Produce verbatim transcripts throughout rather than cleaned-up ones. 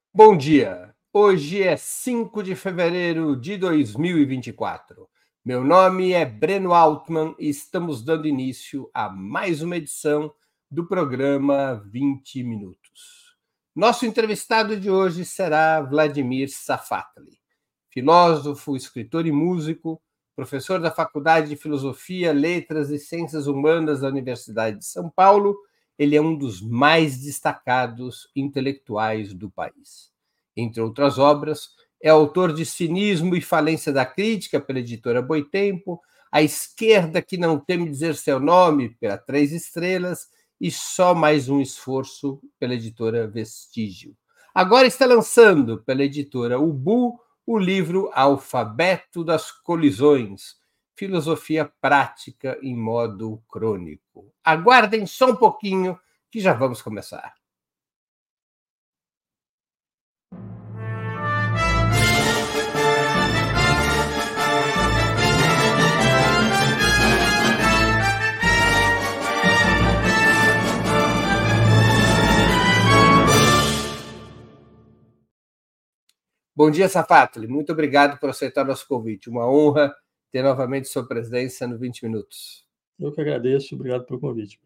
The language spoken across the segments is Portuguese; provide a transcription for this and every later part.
Bom dia! Hoje é cinco de fevereiro de dois mil e vinte e quatro. Meu nome é Breno Altman e estamos dando início a mais uma edição do programa vinte Minutos. Nosso entrevistado de hoje será Vladimir Safatli, filósofo, escritor e músico, professor da Faculdade de Filosofia, Letras e Ciências Humanas da Universidade de São Paulo. Ele é um dos mais destacados intelectuais do país. Entre outras obras, é autor de Cinismo e Falência da Crítica, pela editora Boitempo, A Esquerda que Não Teme Dizer Seu Nome, pela Três Estrelas, e Só Mais um Esforço, pela editora Vestígio. Agora está lançando, pela editora Ubu, o livro Alfabeto das Colisões, Filosofia Prática em Modo Crônico. Aguardem só um pouquinho, que já vamos começar. Bom dia, Safatli. Muito obrigado por aceitar nosso convite. Uma honra ter novamente sua presença no vinte Minutos. Eu que agradeço. Obrigado pelo convite.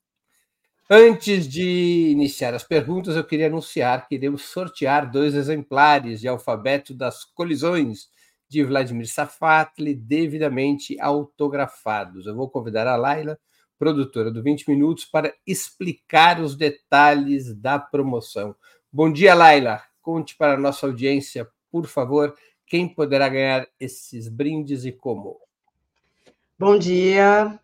Antes de iniciar as perguntas, eu queria anunciar que iremos sortear dois exemplares de Alfabeto das Colisões de Vladimir Safatli, devidamente autografados. Eu vou convidar a Laila, produtora do vinte Minutos, para explicar os detalhes da promoção. Bom dia, Laila. Conte para a nossa audiência, por favor, quem poderá ganhar esses brindes e como. Bom dia.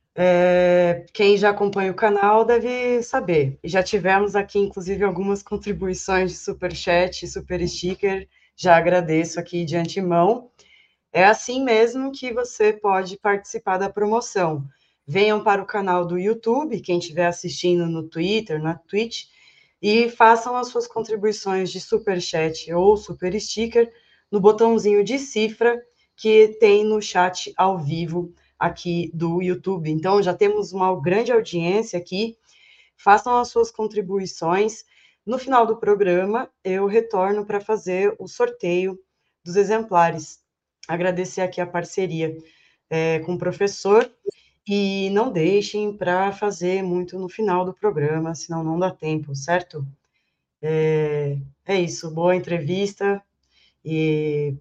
É, quem já acompanha o canal deve saber. Já tivemos aqui, inclusive, algumas contribuições de superchat e super sticker. Já agradeço aqui de antemão. É assim mesmo que você pode participar da promoção. Venham para o canal do YouTube, quem estiver assistindo no Twitter, na Twitch, e façam as suas contribuições de superchat ou super sticker no botãozinho de cifra que tem no chat ao vivo aqui do YouTube. Então, já temos uma grande audiência aqui. Façam as suas contribuições. No final do programa, eu retorno para fazer o sorteio dos exemplares. Agradecer aqui a parceria é, com o professor. E não deixem para fazer muito no final do programa, senão não dá tempo, certo? É, é isso, boa entrevista e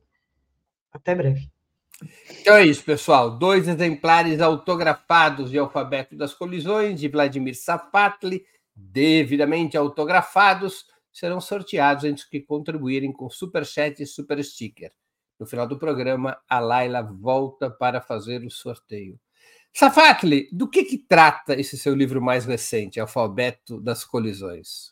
até breve. Então é isso, pessoal. Dois exemplares autografados de Alfabeto das Colisões, de Vladimir Safatli, devidamente autografados, serão sorteados entre os que contribuírem com superchat e super sticker. No final do programa, a Laila volta para fazer o sorteio. Safatli, do que, que trata esse seu livro mais recente, Alfabeto das Colisões?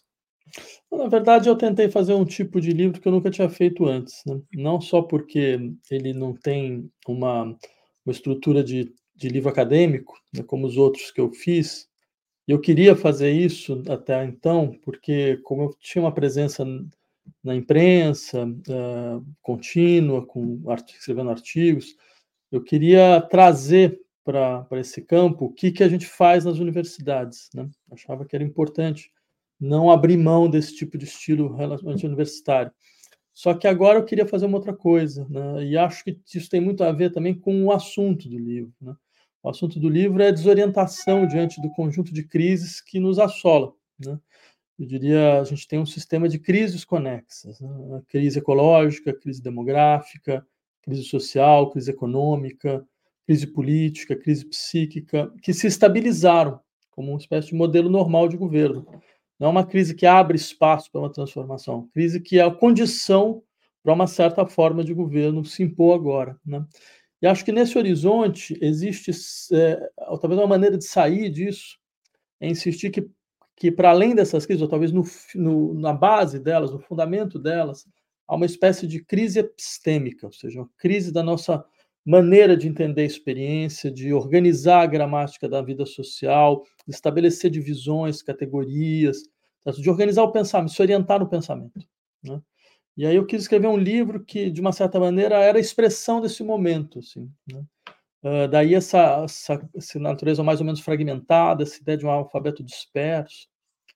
Na verdade, eu tentei fazer um tipo de livro que eu nunca tinha feito antes, né? Não só porque ele não tem uma, uma estrutura de, de livro acadêmico, né, como os outros que eu fiz. Eu queria fazer isso até então, porque como eu tinha uma presença na imprensa uh, contínua, com art- escrevendo artigos, eu queria trazer para esse campo o que, que a gente faz nas universidades, né? Achava que era importante não abrir mão desse tipo de estilo relativamente universitário. Só que agora eu queria fazer uma outra coisa, né? E acho que isso tem muito a ver também com o assunto do livro, né? O assunto do livro é a desorientação diante do conjunto de crises que nos assola, né? Eu diria, a gente tem um sistema de crises conexas, né? A crise ecológica, a crise demográfica, crise social, crise econômica, crise política, crise psíquica, que se estabilizaram como uma espécie de modelo normal de governo. Não é uma crise que abre espaço para uma transformação, crise que é a condição para uma certa forma de governo se impor agora, né? E acho que nesse horizonte existe é, talvez uma maneira de sair disso, é insistir que, que para além dessas crises, ou talvez no, no, na base delas, no fundamento delas, há uma espécie de crise epistêmica, ou seja, uma crise da nossa maneira de entender a experiência, de organizar a gramática da vida social, de estabelecer divisões, categorias, de organizar o pensamento, se orientar no pensamento, né? E aí eu quis escrever um livro que, de uma certa maneira, era a expressão desse momento, assim, né? Uh, daí essa, essa, essa natureza mais ou menos fragmentada, essa ideia de um alfabeto disperso.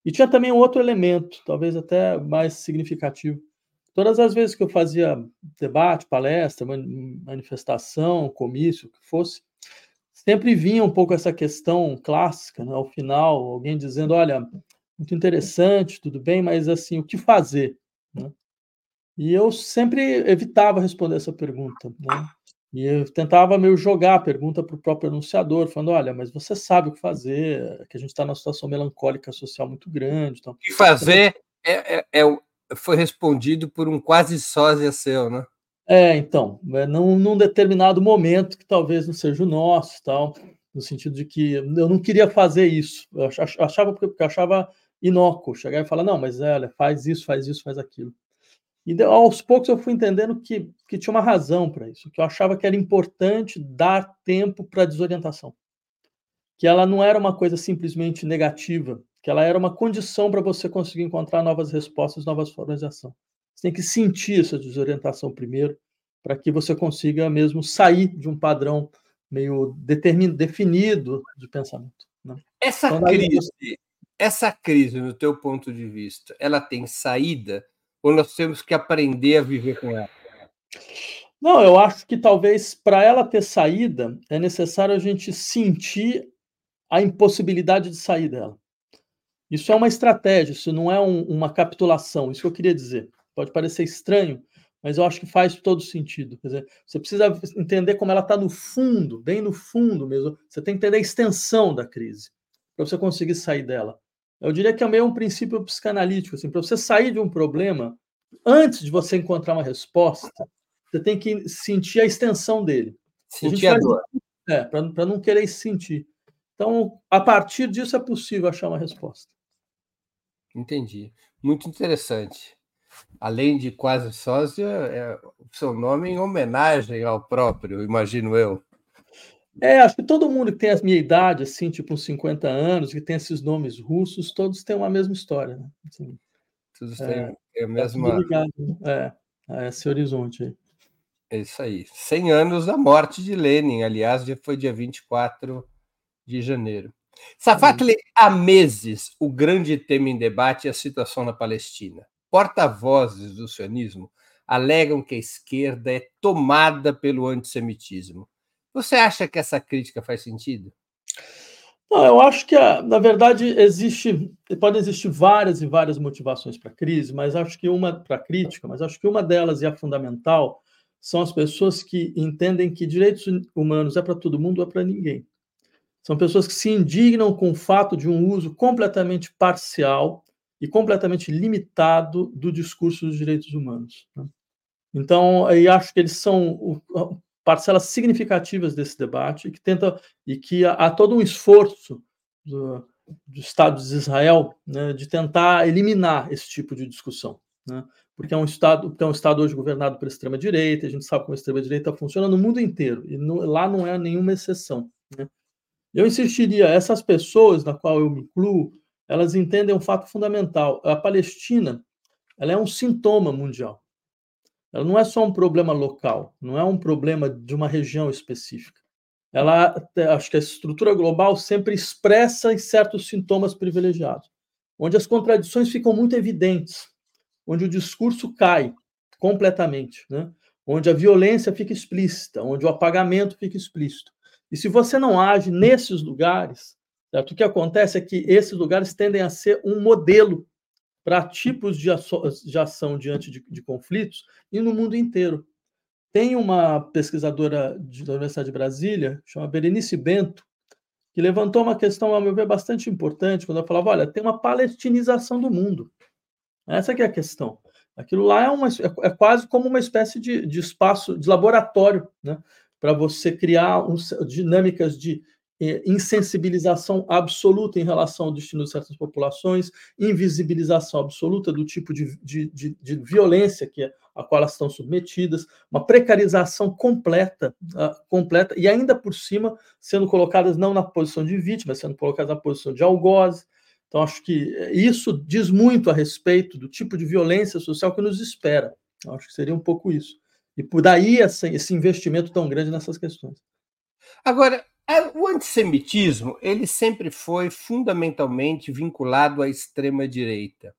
E tinha também um outro elemento, talvez até mais significativo. Todas as vezes que eu fazia debate, palestra, manifestação, comício, o que fosse, sempre vinha um pouco essa questão clássica, né? Ao final, alguém dizendo, olha, muito interessante, tudo bem, mas assim, o que fazer? Né? E eu sempre evitava responder essa pergunta, né? E eu tentava meio jogar a pergunta para o próprio anunciador, falando, olha, mas você sabe o que fazer, que a gente está numa situação melancólica social muito grande. Então, o que fazer é, é, é, foi respondido por um quase sósia seu, né? É, então, num, num determinado momento que talvez não seja o nosso, tal, no sentido de que eu não queria fazer isso, eu achava, porque eu achava inócuo, chegar e falar, não, mas olha, faz isso, faz isso, faz aquilo. E aos poucos eu fui entendendo que, que tinha uma razão para isso, que eu achava que era importante dar tempo para a desorientação, que ela não era uma coisa simplesmente negativa, que ela era uma condição para você conseguir encontrar novas respostas, novas formas de ação. Você tem que sentir essa desorientação primeiro, para que você consiga mesmo sair de um padrão meio determin, definido de pensamento. Né? Essa então, crise, eu... essa crise, no teu ponto de vista, ela tem saída ou nós temos que aprender a viver com ela? Não, eu acho que talvez para ela ter saída é necessário a gente sentir a impossibilidade de sair dela. Isso é uma estratégia, isso não é um, uma capitulação, isso que eu queria dizer. Pode parecer estranho, mas eu acho que faz todo sentido. Quer dizer, você precisa entender como ela está no fundo, bem no fundo mesmo. Você tem que entender a extensão da crise, para você conseguir sair dela. Eu diria que é meio um princípio psicanalítico. Assim, para você sair de um problema, antes de você encontrar uma resposta, você tem que sentir a extensão dele. Sentir a, a dor. É, para não querer sentir. Então, a partir disso é possível achar uma resposta. Entendi. Muito interessante. Além de quase sósia, é o seu nome em homenagem ao próprio, imagino eu. É, acho que todo mundo que tem a minha idade, assim, tipo uns cinquenta anos, que tem esses nomes russos, todos têm uma mesma história. Né? Assim, todos é, têm a mesma... Tá ligado, né? É, a esse horizonte aí. É isso aí. cem anos da morte de Lenin, aliás, já foi dia vinte e quatro de janeiro. Safatli, há meses, o grande tema em debate é a situação na Palestina. Porta-vozes do sionismo alegam que a esquerda é tomada pelo antissemitismo. Você acha que essa crítica faz sentido? Não, eu acho que, na verdade, existe, podem existir várias e várias motivações para a crise, mas acho que uma para a crítica, mas acho que uma delas, e a fundamental, são as pessoas que entendem que direitos humanos é para todo mundo, é para ninguém. São pessoas que se indignam com o fato de um uso completamente parcial e completamente limitado do discurso dos direitos humanos. Né? Então, eu acho que eles são parcelas significativas desse debate, que tenta, e que há, há todo um esforço do, do Estado de Israel, né, de tentar eliminar esse tipo de discussão, né, porque é um Estado, é um Estado hoje governado pela extrema-direita, a gente sabe como a extrema-direita funciona no mundo inteiro, e no, lá não é nenhuma exceção. Né. Eu insistiria, essas pessoas, na qual eu me incluo, elas entendem um fato fundamental. A Palestina, ela é um sintoma mundial. Ela não é só um problema local, não é um problema de uma região específica. Ela, acho que a estrutura global sempre expressa em certos sintomas privilegiados, onde as contradições ficam muito evidentes, onde o discurso cai completamente, né? Onde a violência fica explícita, onde o apagamento fica explícito. E se você não age nesses lugares, certo? O que acontece é que esses lugares tendem a ser um modelo para tipos de, de ação diante de, de conflitos e no mundo inteiro. Tem uma pesquisadora de, da Universidade de Brasília, chama Berenice Bento, que levantou uma questão, a meu ver, bastante importante, quando ela falava, olha, tem uma palestinização do mundo. Essa que é a questão. Aquilo lá é, uma, é quase como uma espécie de, de espaço, de laboratório, né, para você criar um, dinâmicas de insensibilização absoluta em relação ao destino de certas populações, invisibilização absoluta do tipo de, de, de, de violência que é, a qual elas estão submetidas, uma precarização completa, uh, completa, e ainda por cima sendo colocadas não na posição de vítima, sendo colocadas na posição de algoz. Então, acho que isso diz muito a respeito do tipo de violência social que nos espera. Eu acho que seria um pouco isso. E por daí esse investimento tão grande nessas questões. Agora, O antissemitismo ele sempre foi fundamentalmente vinculado à extrema-direita.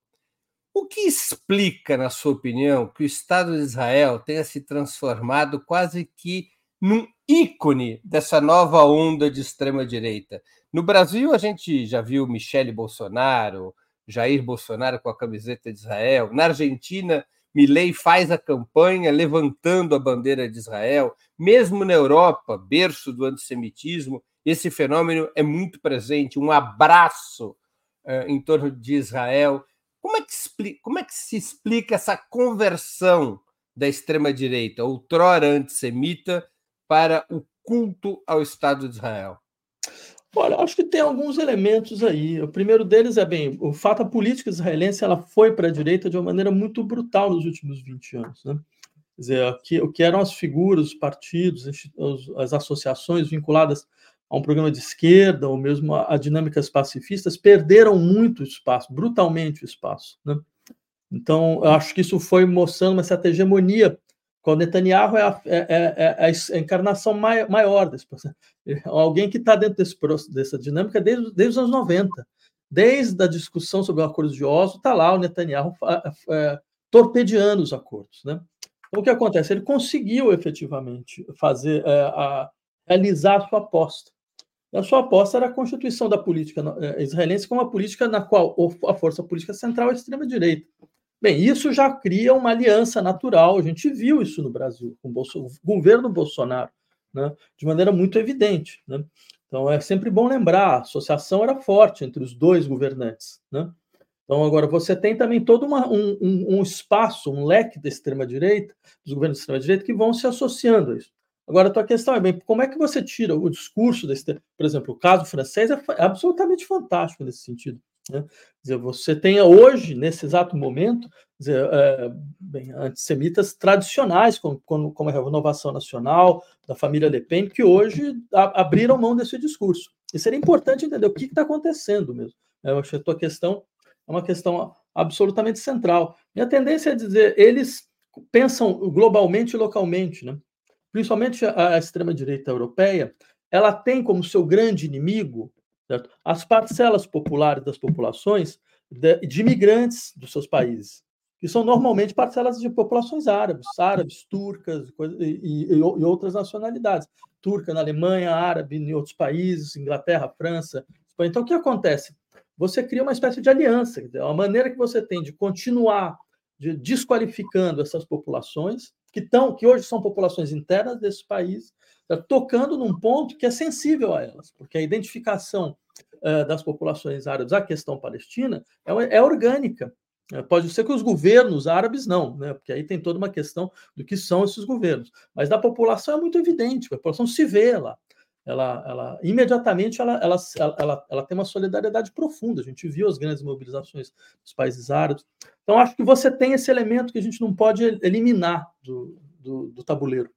O que explica, na sua opinião, que o Estado de Israel tenha se transformado quase que num ícone dessa nova onda de extrema-direita? No Brasil, a gente já viu Michele Bolsonaro, Jair Bolsonaro com a camiseta de Israel. Na Argentina, Milei faz a campanha levantando a bandeira de Israel. Mesmo na Europa, berço do antissemitismo, esse fenômeno é muito presente, um abraço uh, em torno de Israel. Como é, que explica, como é que se explica essa conversão da extrema-direita, outrora antissemita, para o culto ao Estado de Israel? Olha, acho que tem alguns elementos aí. O primeiro deles é, bem, o fato, a política israelense ela foi para a direita de uma maneira muito brutal nos últimos vinte anos, né? Quer dizer, aqui, o que eram as figuras, os partidos, as associações vinculadas a um programa de esquerda, ou mesmo a, a dinâmicas pacifistas, perderam muito espaço, brutalmente o espaço, né? Então, eu acho que isso foi mostrando uma certa hegemonia. O Netanyahu é a, é, é, é a encarnação maior desse processo. Alguém que está dentro desse, dessa dinâmica desde, desde os anos noventa. Desde a discussão sobre o acordo de Oslo, está lá o Netanyahu é, torpedeando os acordos, né? Então, o que acontece? Ele conseguiu efetivamente fazer, é, a, realizar a sua aposta. A sua aposta era a constituição da política israelense como uma política na qual a força política central é a extrema-direita. Bem, isso já cria uma aliança natural, a gente viu isso no Brasil, com o, Bolso, o governo Bolsonaro, né, de maneira muito evidente, né? Então, é sempre bom lembrar, a associação era forte entre os dois governantes, né? Então, agora, você tem também todo uma, um, um, um espaço, um leque da extrema-direita, dos governos da extrema-direita, que vão se associando a isso. Agora, a tua questão é, bem, como é que você tira o discurso desse... Por exemplo, o caso francês é, é absolutamente fantástico nesse sentido, né? Quer dizer, você tem hoje, nesse exato momento, dizer, é, bem, antissemitas tradicionais, como, como a Renovação Nacional, da família Le Pen, que hoje a, abriram mão desse discurso. E seria importante entender o que está acontecendo mesmo. Eu acho que a tua questão é uma questão absolutamente central. Minha tendência é dizer, eles pensam globalmente e localmente, né? Principalmente a, a extrema-direita europeia, ela tem como seu grande inimigo, certo, as parcelas populares das populações de, de imigrantes dos seus países, que são normalmente parcelas de populações árabes, árabes, turcas e, e, e outras nacionalidades. Turca na Alemanha, árabe em outros países, Inglaterra, França, Espanha. Então, o que acontece? Você cria uma espécie de aliança, a maneira que você tem de continuar de, desqualificando essas populações, que, tão, que hoje são populações internas desse país, tocando num ponto que é sensível a elas, porque a identificação uh, das populações árabes à questão palestina é, é orgânica. Uh, pode ser que os governos árabes não, né? Porque aí tem toda uma questão do que são esses governos. Mas da população é muito evidente, a população se vê lá. Ela, ela imediatamente ela, ela, ela, ela tem uma solidariedade profunda. A gente viu as grandes mobilizações dos países árabes. Então, acho que você tem esse elemento que a gente não pode eliminar do, do, do tabuleiro.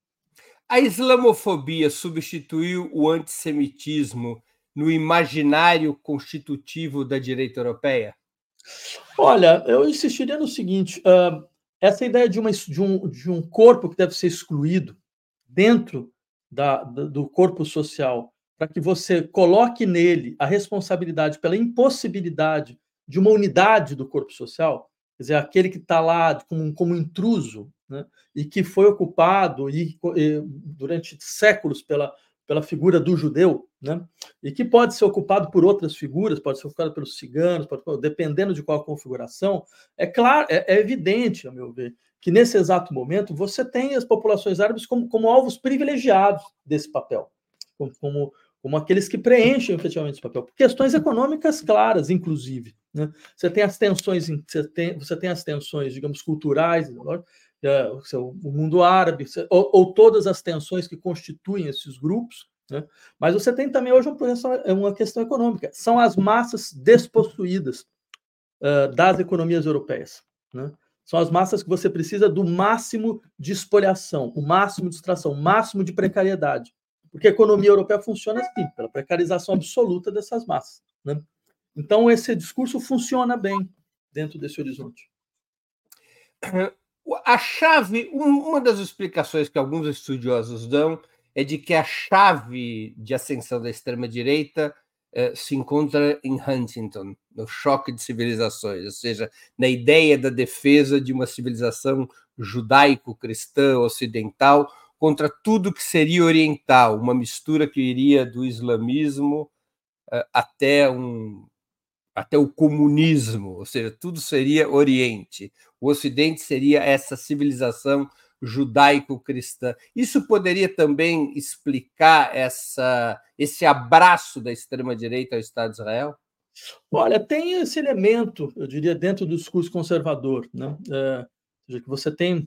A islamofobia substituiu o antissemitismo no imaginário constitutivo da direita europeia? Olha, eu insistiria no seguinte, uh, essa ideia de, uma, de, um, de um corpo que deve ser excluído dentro da, do corpo social, para que você coloque nele a responsabilidade pela impossibilidade de uma unidade do corpo social, quer dizer, aquele que está lá como, como intruso, né, e que foi ocupado e, e, durante séculos pela, pela figura do judeu, né, e que pode ser ocupado por outras figuras, pode ser ocupado pelos ciganos, pode, dependendo de qual configuração, é claro, é, é evidente, a meu ver, que nesse exato momento você tem as populações árabes como, como alvos privilegiados desse papel, como, como, como aqueles que preenchem efetivamente esse papel, por questões econômicas claras, inclusive, né? Você tem as tensões, você tem, você tem as tensões, digamos, culturais, o mundo árabe, ou, ou todas as tensões que constituem esses grupos, né? Mas você tem também hoje uma questão econômica, são as massas despossuídas uh, das economias europeias, né? São as massas que você precisa do máximo de espoliação, o máximo de extração, o máximo de precariedade. Porque a economia europeia funciona assim, pela precarização absoluta dessas massas, né? Então, esse discurso funciona bem dentro desse horizonte. A chave, uma das explicações que alguns estudiosos dão é de que a chave de ascensão da extrema-direita eh, se encontra em Huntington, no choque de civilizações, ou seja, na ideia da defesa de uma civilização judaico-cristã ocidental contra tudo que seria oriental, uma mistura que iria do islamismo uh, até, um, até o comunismo, ou seja, tudo seria Oriente. O Ocidente seria essa civilização judaico-cristã. Isso poderia também explicar essa, esse abraço da extrema-direita ao Estado de Israel? Olha, tem esse elemento, eu diria, dentro do discurso conservador, né? É, que você tem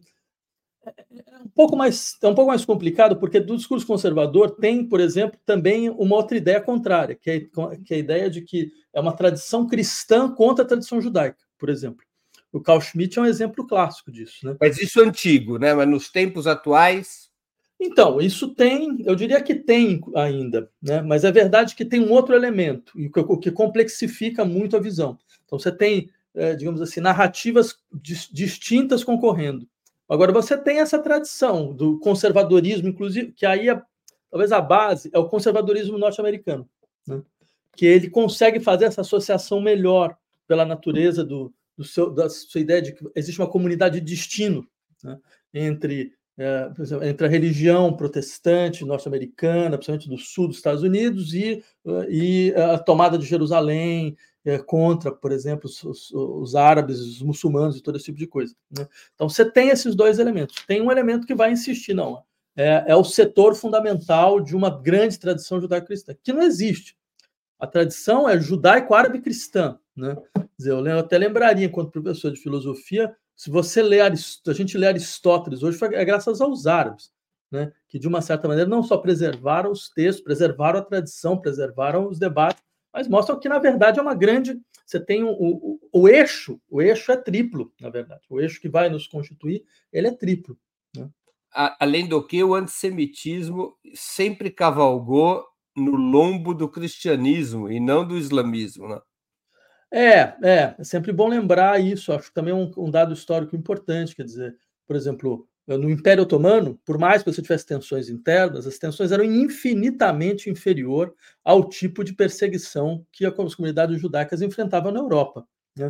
é um pouco mais é um pouco mais complicado, porque do discurso conservador tem, por exemplo, também uma outra ideia contrária, que é, que é a ideia de que é uma tradição cristã contra a tradição judaica, por exemplo. O Carl Schmitt é um exemplo clássico disso, né? Mas isso é antigo, né? Mas nos tempos atuais... Então, isso tem, eu diria que tem ainda, né? Mas é verdade que tem um outro elemento, o que complexifica muito a visão. Então, você tem, digamos assim, narrativas distintas concorrendo. Agora, você tem essa tradição do conservadorismo, inclusive, que aí, é, talvez a base é o conservadorismo norte-americano, né? Que ele consegue fazer essa associação melhor pela natureza do, do seu, da sua ideia de que existe uma comunidade de destino, né? entre, é, por exemplo, entre a religião protestante norte-americana, principalmente do sul dos Estados Unidos, e, e a tomada de Jerusalém, É, contra, por exemplo, os, os, os árabes, os muçulmanos e todo esse tipo de coisa, né? Então, você tem esses dois elementos. Tem um elemento que vai insistir, não. É, é o setor fundamental de uma grande tradição judaico-cristã, que não existe. A tradição é judaico-árabe-cristã, né? Quer dizer, eu até lembraria, enquanto professor de filosofia, se você lê Arist... a gente lê Aristóteles hoje, é graças aos árabes, né? Que, de uma certa maneira, não só preservaram os textos, preservaram a tradição, preservaram os debates, mas mostram que, na verdade, é uma grande... Você tem o, o, o eixo, o eixo é triplo, na verdade. O eixo que vai nos constituir, ele é triplo, né? Além do que, o antissemitismo sempre cavalgou no lombo do cristianismo e não do islamismo, né? É, é, é sempre bom lembrar isso. Acho que também é um, um dado histórico importante. Quer dizer, por exemplo, no Império Otomano, por mais que você tivesse tensões internas, as tensões eram infinitamente inferior ao tipo de perseguição que as comunidades judaicas enfrentavam na Europa, né?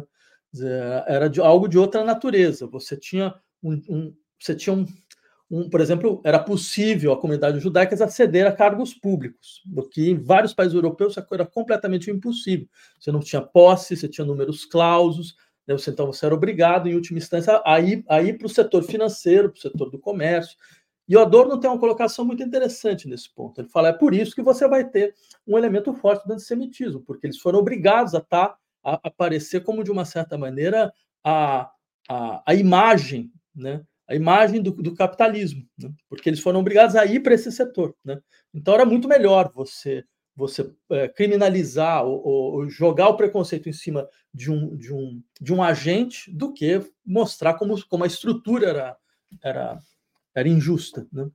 Era de, algo de outra natureza. Você tinha um, um, você tinha um, um, por exemplo, era possível a comunidade judaica aceder a cargos públicos, do que em vários países europeus era completamente impossível. Você não tinha posse, você tinha números clausos, né? Você, então você era obrigado, em última instância, a ir, a ir para o setor financeiro, para o setor do comércio. E o Adorno tem uma colocação muito interessante nesse ponto. Ele fala, é por isso que você vai ter um elemento forte do antissemitismo, porque eles foram obrigados a, tá, a aparecer como, de uma certa maneira, a, a, a imagem, né? a imagem do, do capitalismo, né? Porque eles foram obrigados a ir para esse setor, né? Então era muito melhor você, você é, criminalizar ou, ou jogar o preconceito em cima de um, de um, de um agente do que mostrar como, como a estrutura era, era, era injusta, né?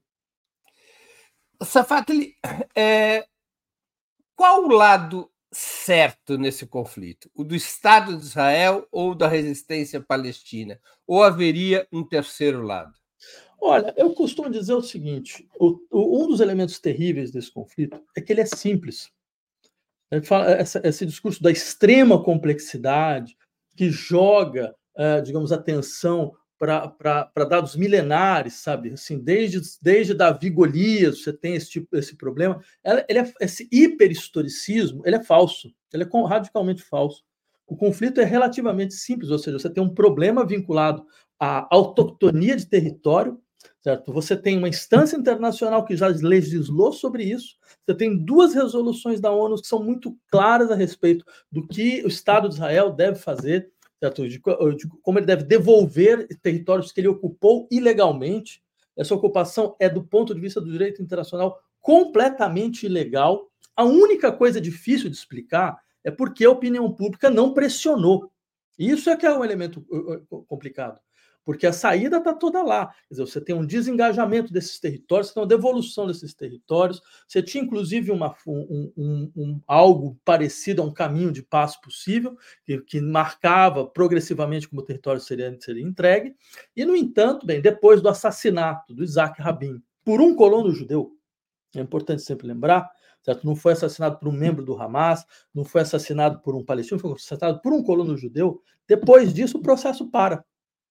Safatli, é, qual o lado certo nesse conflito? O do Estado de Israel ou da resistência palestina? Ou haveria um terceiro lado? Olha, eu costumo dizer o seguinte, o, o, um dos elementos terríveis desse conflito é que ele é simples. Ele fala, essa, esse discurso da extrema complexidade, que joga, uh, digamos, atenção para dados milenares, sabe? Assim, desde, desde Davi Golias, você tem esse, tipo, esse problema. Ela, ele é, esse hiperhistoricismo, ele é falso, ele é radicalmente falso. O conflito é relativamente simples, ou seja, você tem um problema vinculado à autoctonia de território, certo? Você tem uma instância internacional que já legislou sobre isso, você tem duas resoluções da ONU que são muito claras a respeito do que o Estado de Israel deve fazer, certo? De, de como ele deve devolver territórios que ele ocupou ilegalmente. Essa ocupação é, do ponto de vista do direito internacional, completamente ilegal. A única coisa difícil de explicar é porque a opinião pública não pressionou. Isso é que é um elemento complicado, porque a saída está toda lá. Quer dizer, você tem um desengajamento desses territórios, você tem uma devolução desses territórios, você tinha, inclusive, uma, um, um, um, algo parecido a um caminho de paz possível, que, que marcava progressivamente como o território seria, seria entregue, e, no entanto, bem, depois do assassinato do Isaac Rabin por um colono judeu, É importante sempre lembrar, certo? Não foi assassinado por um membro do Hamas, não foi assassinado por um palestino, foi assassinado por um colono judeu. Depois disso, o processo para.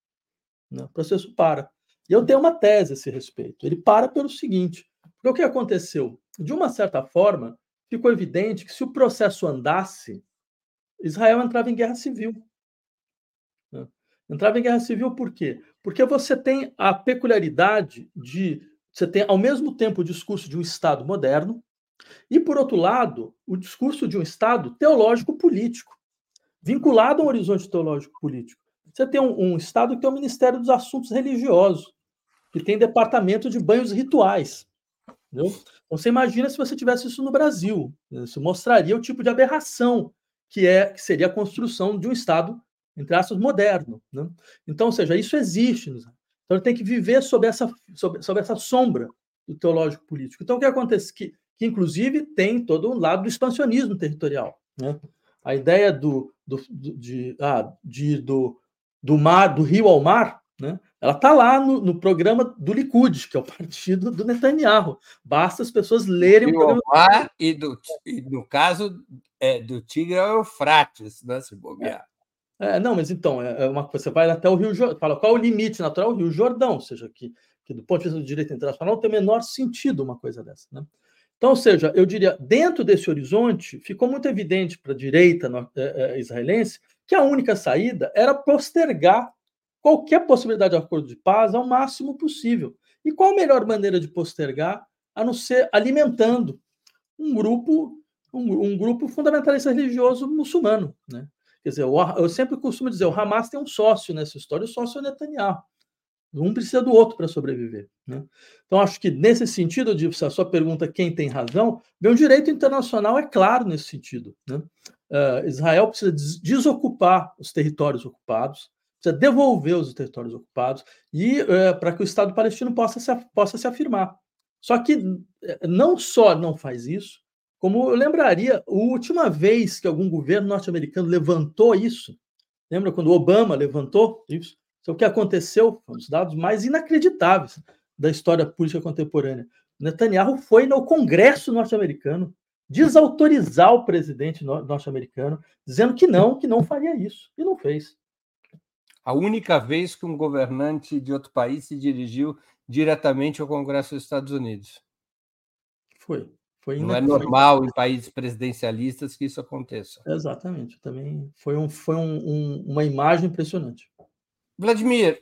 Né? O processo para. E eu tenho uma tese a esse respeito. Ele para pelo seguinte, porque o que aconteceu? De uma certa forma, ficou evidente que se o processo andasse, Israel entrava em guerra civil. Né? Entrava em guerra civil por quê? Porque você tem a peculiaridade de... Você tem, ao mesmo tempo, o discurso de um Estado moderno e, por outro lado, o discurso de um Estado teológico-político, vinculado a um horizonte teológico-político. Você tem um, um Estado que é o Ministério dos Assuntos Religiosos, que tem departamento de banhos rituais. Entendeu? Então, você imagina se você tivesse isso no Brasil. Isso mostraria o tipo de aberração que, é, que seria a construção de um Estado, entre aspas, moderno. Né? Então, ou seja, isso existe. Né? Então, ele tem que viver sob essa, sob, sob essa sombra do teológico político. Então, o que acontece? Que, que inclusive, tem todo um lado do expansionismo territorial. Né? A ideia do, do, do, de, ah, de, do, do, mar, do rio ao mar, né? Ela está lá no, no programa do Likud, que é o partido do Netanyahu. Basta as pessoas lerem o programa do mar e, do, e, no caso, é, do Tigre ao Eufrates, né, se bobear. É, não, mas então, é uma, você vai até o Rio Jordão, fala qual é o limite natural? O Rio Jordão, ou seja, que, que do ponto de vista do direito internacional não tem o menor sentido uma coisa dessa. Né? Então, ou seja, eu diria, dentro desse horizonte, ficou muito evidente para a direita no, é, é, israelense que a única saída era postergar qualquer possibilidade de acordo de paz ao máximo possível. E qual a melhor maneira de postergar, a não ser alimentando um grupo, um, um grupo fundamentalista religioso muçulmano, né? Quer dizer, eu sempre costumo dizer, o Hamas tem um sócio nessa história, o sócio é Netanyahu. Um precisa do outro para sobreviver. Né? Então, acho que nesse sentido, Edilson, a sua pergunta, quem tem razão, bem, o direito internacional é claro nesse sentido. Né? Uh, Israel precisa des desocupar os territórios ocupados, precisa devolver os territórios ocupados e uh, para que o Estado palestino possa se, possa se afirmar. Só que não só não faz isso, como eu lembraria, a última vez que algum governo norte-americano levantou isso, lembra quando o Obama levantou isso? O que aconteceu, um dos dados mais inacreditáveis da história política contemporânea. Netanyahu foi no Congresso norte-americano desautorizar o presidente norte-americano, dizendo que não, que não faria isso, e não fez. A única vez que um governante de outro país se dirigiu diretamente ao Congresso dos Estados Unidos. Foi. Foi não é normal em países presidencialistas que isso aconteça. Exatamente. Também foi, um, foi um, um, uma imagem impressionante. Vladimir,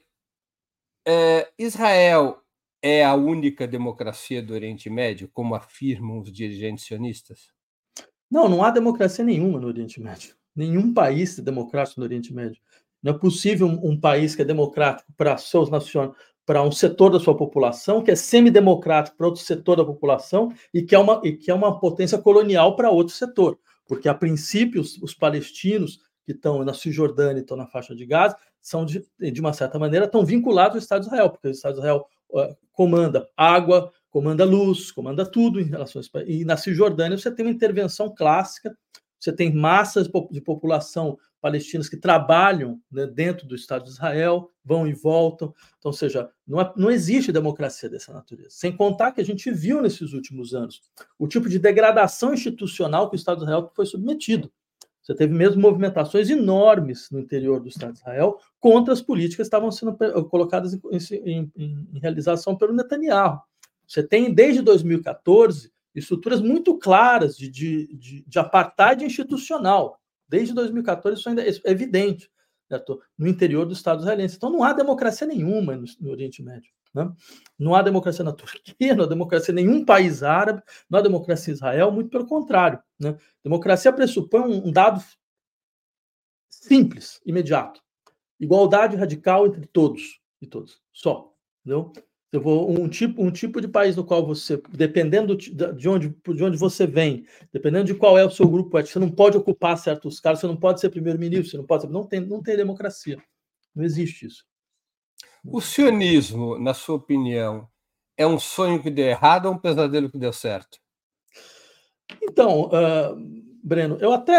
é, Israel é a única democracia do Oriente Médio, como afirmam os dirigentes sionistas? Não, não há democracia nenhuma no Oriente Médio. Nenhum país é democrático no Oriente Médio. Não é possível um, um país que é democrático para seus nacionais, para um setor da sua população, que é semidemocrático para outro setor da população e que é uma, e que é uma potência colonial para outro setor. Porque, a princípio, os, os palestinos que estão na Cisjordânia e estão na faixa de Gaza são, de, de uma certa maneira, estão vinculados ao Estado de Israel, porque o Estado de Israel uh, comanda água, comanda luz, comanda tudo em relação a isso. E na Cisjordânia você tem uma intervenção clássica, você tem massas de população palestinas que trabalham, né, dentro do Estado de Israel, vão e voltam. Então, ou seja, não, é, não existe democracia dessa natureza. Sem contar que a gente viu nesses últimos anos o tipo de degradação institucional que o Estado de Israel foi submetido. Você teve mesmo movimentações enormes no interior do Estado de Israel contra as políticas que estavam sendo colocadas em, em, em, em realização pelo Netanyahu. Você tem, desde dois mil e quatorze, estruturas muito claras de, de, de, de apartheid institucional. Desde dois mil e quatorze, isso ainda é evidente, né, no interior do Estado israelense. Então, não há democracia nenhuma no, no Oriente Médio. Né? Não há democracia na Turquia, não há democracia em nenhum país árabe, não há democracia em Israel, muito pelo contrário. Né? Democracia pressupõe um, um dado simples, imediato. Igualdade radical entre todos e todos. Só. Entendeu? Eu vou, um, tipo, um tipo de país no qual você, dependendo de onde, de onde você vem, dependendo de qual é o seu grupo, você não pode ocupar certos cargos, você não pode ser primeiro-ministro, você não pode ser, não tem, não tem democracia. Não existe isso. O sionismo, na sua opinião, é um sonho que deu errado ou um pesadelo que deu certo? Então, uh, Breno, eu até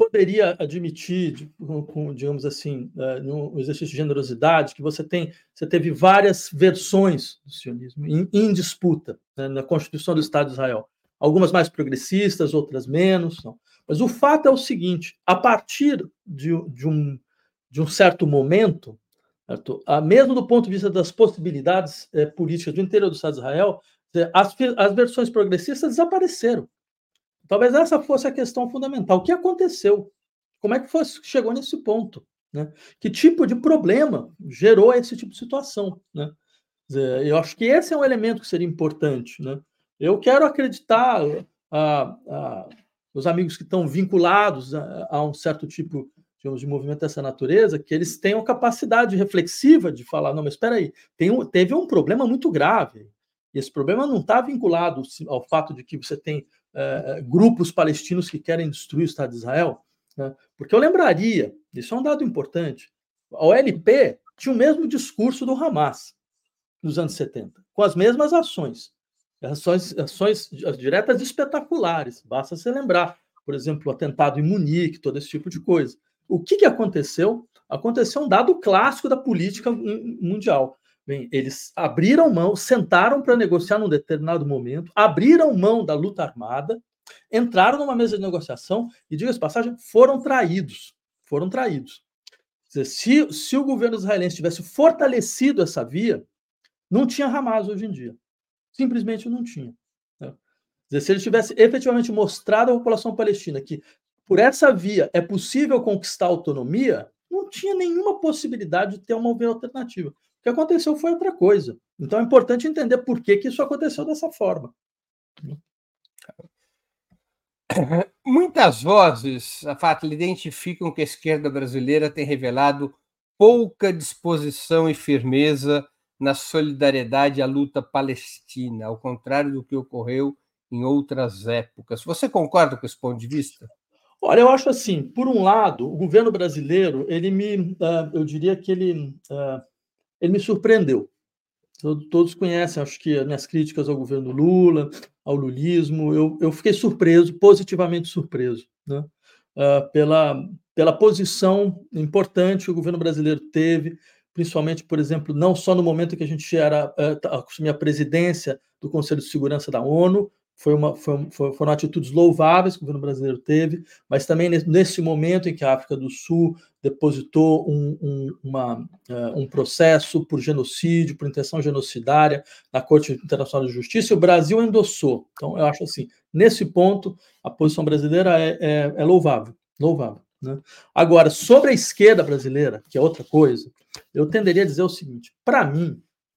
poderia admitir, com, com, digamos assim, uh, no exercício de generosidade, que você, tem, você teve várias versões do sionismo em, em disputa, né, na Constituição do Estado de Israel. Algumas mais progressistas, outras menos. Não. Mas o fato é o seguinte, a partir de, de, um, de um certo momento, certo? Mesmo do ponto de vista das possibilidades eh, políticas do interior do Estado de Israel, as, as versões progressistas desapareceram. Talvez essa fosse a questão fundamental. O que aconteceu? Como é que foi, chegou nesse ponto? Né? Que tipo de problema gerou esse tipo de situação? Né? Eu acho que esse é um elemento que seria importante. Né? Eu quero acreditar, a, a, os amigos que estão vinculados a, a um certo tipo digamos, de movimento dessa natureza, que eles tenham capacidade reflexiva de falar, não, mas espera aí, tem um, teve um problema muito grave. E esse problema não está vinculado ao fato de que você tem uh, grupos palestinos que querem destruir o Estado de Israel, né? Porque eu lembraria, isso é um dado importante, a O L P tinha o mesmo discurso do Hamas nos anos setenta, com as mesmas ações, ações, ações diretas espetaculares, basta se lembrar, por exemplo, o atentado em Munique, todo esse tipo de coisa. O que, que aconteceu? Aconteceu um dado clássico da política mundial. Bem, eles abriram mão, sentaram para negociar num determinado momento, abriram mão da luta armada, entraram numa mesa de negociação e, diga-se de passagem, foram traídos. Foram traídos. Quer dizer, se, se o governo israelense tivesse fortalecido essa via, não tinha Hamas hoje em dia. Simplesmente não tinha. Né? Quer dizer, se ele tivesse efetivamente mostrado à população palestina que por essa via é possível conquistar autonomia, não tinha nenhuma possibilidade de ter uma via alternativa. O que aconteceu foi outra coisa. Então é importante entender por que, que isso aconteceu dessa forma. Muitas vozes, a fato, identificam que a esquerda brasileira tem revelado pouca disposição e firmeza na solidariedade à luta palestina, ao contrário do que ocorreu em outras épocas. Você concorda com esse ponto de vista? Olha, eu acho assim, por um lado, o governo brasileiro, ele me, eu diria que ele, ele me surpreendeu. Todos conhecem, acho que as minhas críticas ao governo Lula, ao lulismo, eu, eu fiquei surpreso, positivamente surpreso, né? pela, pela posição importante que o governo brasileiro teve, principalmente, por exemplo, não só no momento em que a gente era, assumia a presidência do Conselho de Segurança da ONU, Foi uma, foi, foram atitudes louváveis que o governo brasileiro teve, mas também nesse momento em que a África do Sul depositou um, um, uma, uh, um processo por genocídio, por intenção genocidária na Corte Internacional de Justiça, e o Brasil endossou. Então, eu acho assim, nesse ponto, a posição brasileira é, é, é louvável, louvável, né? Agora, sobre a esquerda brasileira, que é outra coisa, eu tenderia a dizer o seguinte, para mim,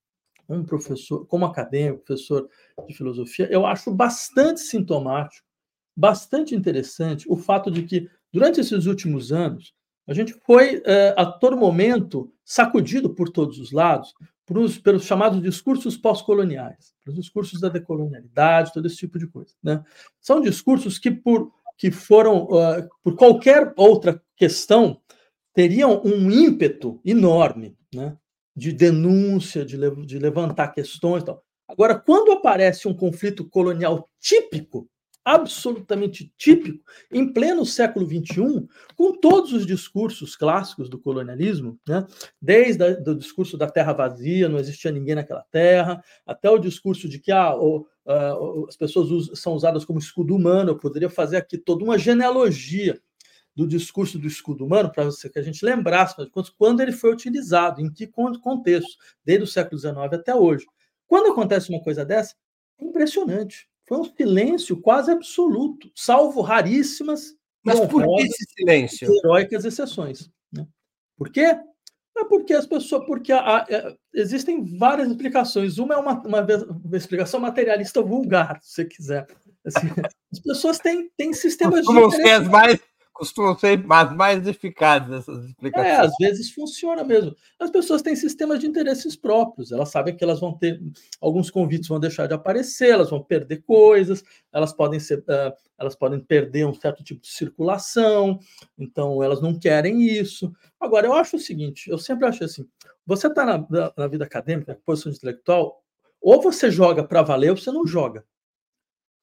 um professor, como acadêmico, professor de filosofia, eu acho bastante sintomático, bastante interessante o fato de que, durante esses últimos anos, a gente foi, eh, a todo momento, sacudido por todos os lados pelos, pelos chamados discursos pós-coloniais, pelos discursos da decolonialidade, todo esse tipo de coisa, né? São discursos que, por, que foram, uh, por qualquer outra questão, teriam um ímpeto enorme, né? De denúncia, de, le- de levantar questões e tal. Agora, quando aparece um conflito colonial típico, absolutamente típico, em pleno século vinte e um, com todos os discursos clássicos do colonialismo, né? Desde o discurso da terra vazia, não existia ninguém naquela terra, até o discurso de que ah, o, ah, as pessoas us- são usadas como escudo humano. Eu poderia fazer aqui toda uma genealogia do discurso do escudo humano, para que a gente lembrasse quando ele foi utilizado, em que contexto, desde o século dezenove até hoje. Quando acontece uma coisa dessa, é impressionante. Foi um silêncio quase absoluto, salvo raríssimas Mas por que esse silêncio? e heróicas exceções. Né? Por quê? É porque as pessoas, porque a, a, a, existem várias explicações. Uma é uma, uma, uma explicação materialista vulgar, se você quiser. Assim, as pessoas têm, têm sistemas Costumam de ser as mais costumam ser as mais eficazes essas explicações. É, às vezes funciona mesmo. As pessoas têm sistemas de interesses próprios, elas sabem que elas vão ter, alguns convites vão deixar de aparecer, elas vão perder coisas, elas podem ser, uh, elas podem perder um certo tipo de circulação, então elas não querem isso. Agora, eu acho o seguinte, eu sempre acho assim, você está na, na, na vida acadêmica, na posição intelectual, ou você joga para valer ou você não joga.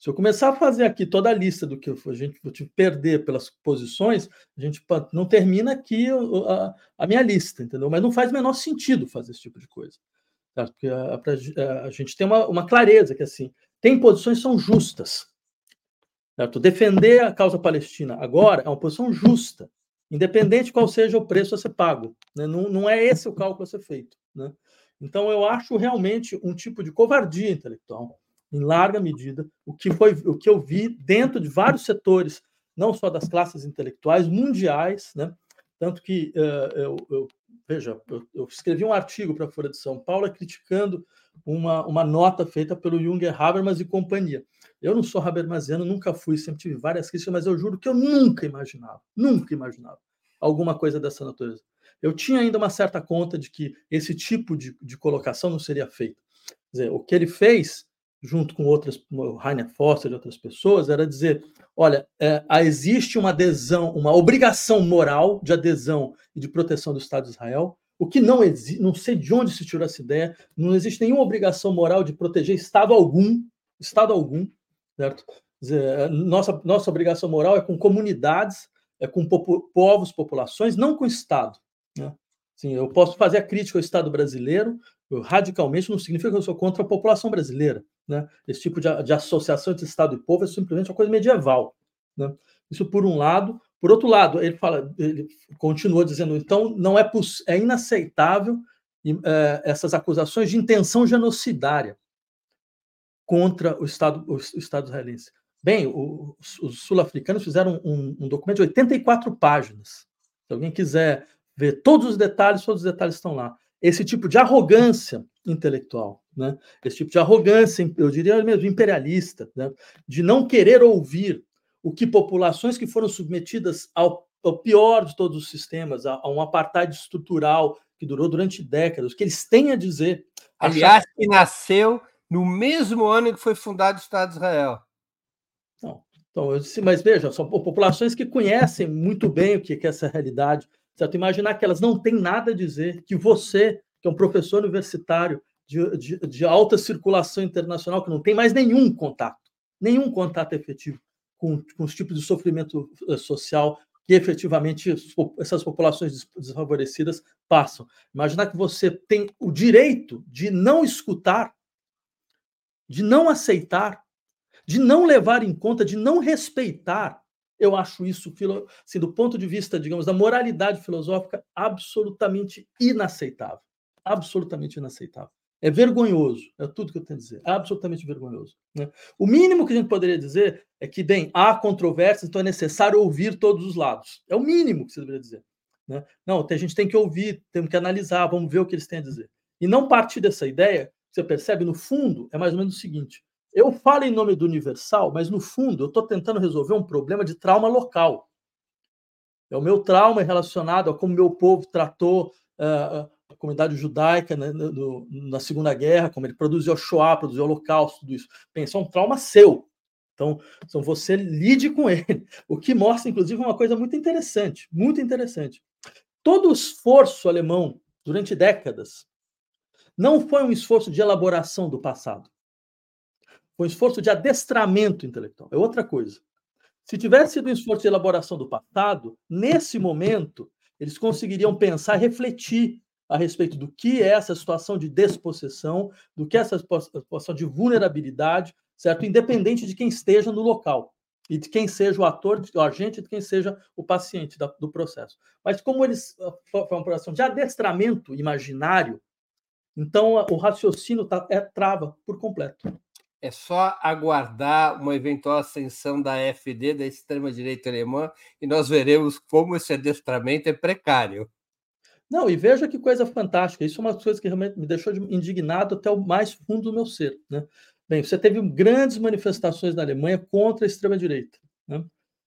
Se eu começar a fazer aqui toda a lista do que a gente vou te perder pelas posições, a gente não termina aqui a, a minha lista, entendeu? Mas não faz o menor sentido fazer esse tipo de coisa. Certo? Porque a, a, a gente tem uma, uma clareza que, assim, tem posições que são justas. Certo? Defender a causa palestina agora é uma posição justa, independente de qual seja o preço a ser pago. Né? Não, não é esse o cálculo a ser feito. Né? Então, eu acho realmente um tipo de covardia intelectual, em larga medida, o que, foi, o que eu vi dentro de vários setores, não só das classes intelectuais mundiais, né? Tanto que, uh, eu, eu, veja, eu, eu escrevi um artigo para a Folha de São Paulo criticando uma, uma nota feita pelo Junger Habermas e companhia. Eu não sou habermasiano, nunca fui, sempre tive várias críticas, mas eu juro que eu nunca imaginava, nunca imaginava alguma coisa dessa natureza. Eu tinha ainda uma certa conta de que esse tipo de, de colocação não seria feito. Quer dizer, o que ele fez, junto com outras, o Heiner Foster e outras pessoas, era dizer, olha, é, existe uma adesão, uma obrigação moral de adesão e de proteção do Estado de Israel, o que não existe, não sei de onde se tirou essa ideia, não existe nenhuma obrigação moral de proteger Estado algum, Estado algum, certo? Quer dizer, nossa, nossa obrigação moral é com comunidades, é com popo, povos, populações, não com Estado. Né? Assim, eu posso fazer a crítica ao Estado brasileiro, eu, radicalmente, não significa que eu sou contra a população brasileira. Né? Esse tipo de, de associação entre Estado e povo é simplesmente uma coisa medieval. Né? Isso por um lado. Por outro lado, ele fala, ele continua dizendo, então, não é, é inaceitável é, essas acusações de intenção genocidária contra o Estado, o Estado israelense. Bem, o, os sul-africanos fizeram um, um documento de oitenta e quatro páginas. Se alguém quiser ver todos os detalhes, todos os detalhes estão lá. Esse tipo de arrogância intelectual, né? Esse tipo de arrogância, eu diria mesmo, imperialista, né? De não querer ouvir o que populações que foram submetidas ao, ao pior de todos os sistemas, a, a um apartheid estrutural que durou durante décadas, o que eles têm a dizer. Aliás, que nasceu no mesmo ano em que foi fundado o Estado de Israel. Não. Então, eu disse, mas veja, são populações que conhecem muito bem o que é essa realidade. Certo? Imaginar que elas não têm nada a dizer, que você, que é um professor universitário de, de, de alta circulação internacional, que não tem mais nenhum contato, nenhum contato efetivo com, com os tipos de sofrimento social que efetivamente essas populações desfavorecidas passam. Imaginar que você tem o direito de não escutar, de não aceitar, de não levar em conta, de não respeitar. Eu acho isso, assim, do ponto de vista, digamos, da moralidade filosófica, absolutamente inaceitável. Absolutamente inaceitável. É vergonhoso, é tudo que eu tenho a dizer. É absolutamente vergonhoso. Né? O mínimo que a gente poderia dizer é que, bem, há controvérsias, então é necessário ouvir todos os lados. É o mínimo que você deveria dizer. Né? Não, a gente tem que ouvir, temos que analisar, vamos ver o que eles têm a dizer. E não partir dessa ideia, você percebe, no fundo, é mais ou menos o seguinte: eu falo em nome do universal, mas no fundo eu estou tentando resolver um problema de trauma local. É o meu trauma relacionado a como meu povo tratou uh, a comunidade judaica, né, no, na Segunda Guerra, como ele produziu o Shoah, produziu o Holocausto, tudo isso. Bem, isso é um trauma seu. Então, então você lide com ele. O que mostra, inclusive, uma coisa muito interessante, muito interessante. Todo o esforço alemão, durante décadas, não foi um esforço de elaboração do passado. Foi um esforço de adestramento intelectual. É outra coisa. Se tivesse sido um esforço de elaboração do passado, nesse momento, eles conseguiriam pensar e refletir a respeito do que é essa situação de despossessão, do que é essa situação de vulnerabilidade, certo? Independente de quem esteja no local e de quem seja o ator, o agente, e de quem seja o paciente do processo. Mas como eles foi uma operação de adestramento imaginário, então o raciocínio tá, é, trava por completo. É só aguardar uma eventual ascensão da A F D, da extrema-direita alemã, e nós veremos como esse adestramento é precário. Não, e veja que coisa fantástica. Isso é uma coisa que realmente me deixou indignado até o mais fundo do meu ser. Né? Bem, você teve grandes manifestações na Alemanha contra a extrema-direita. Né?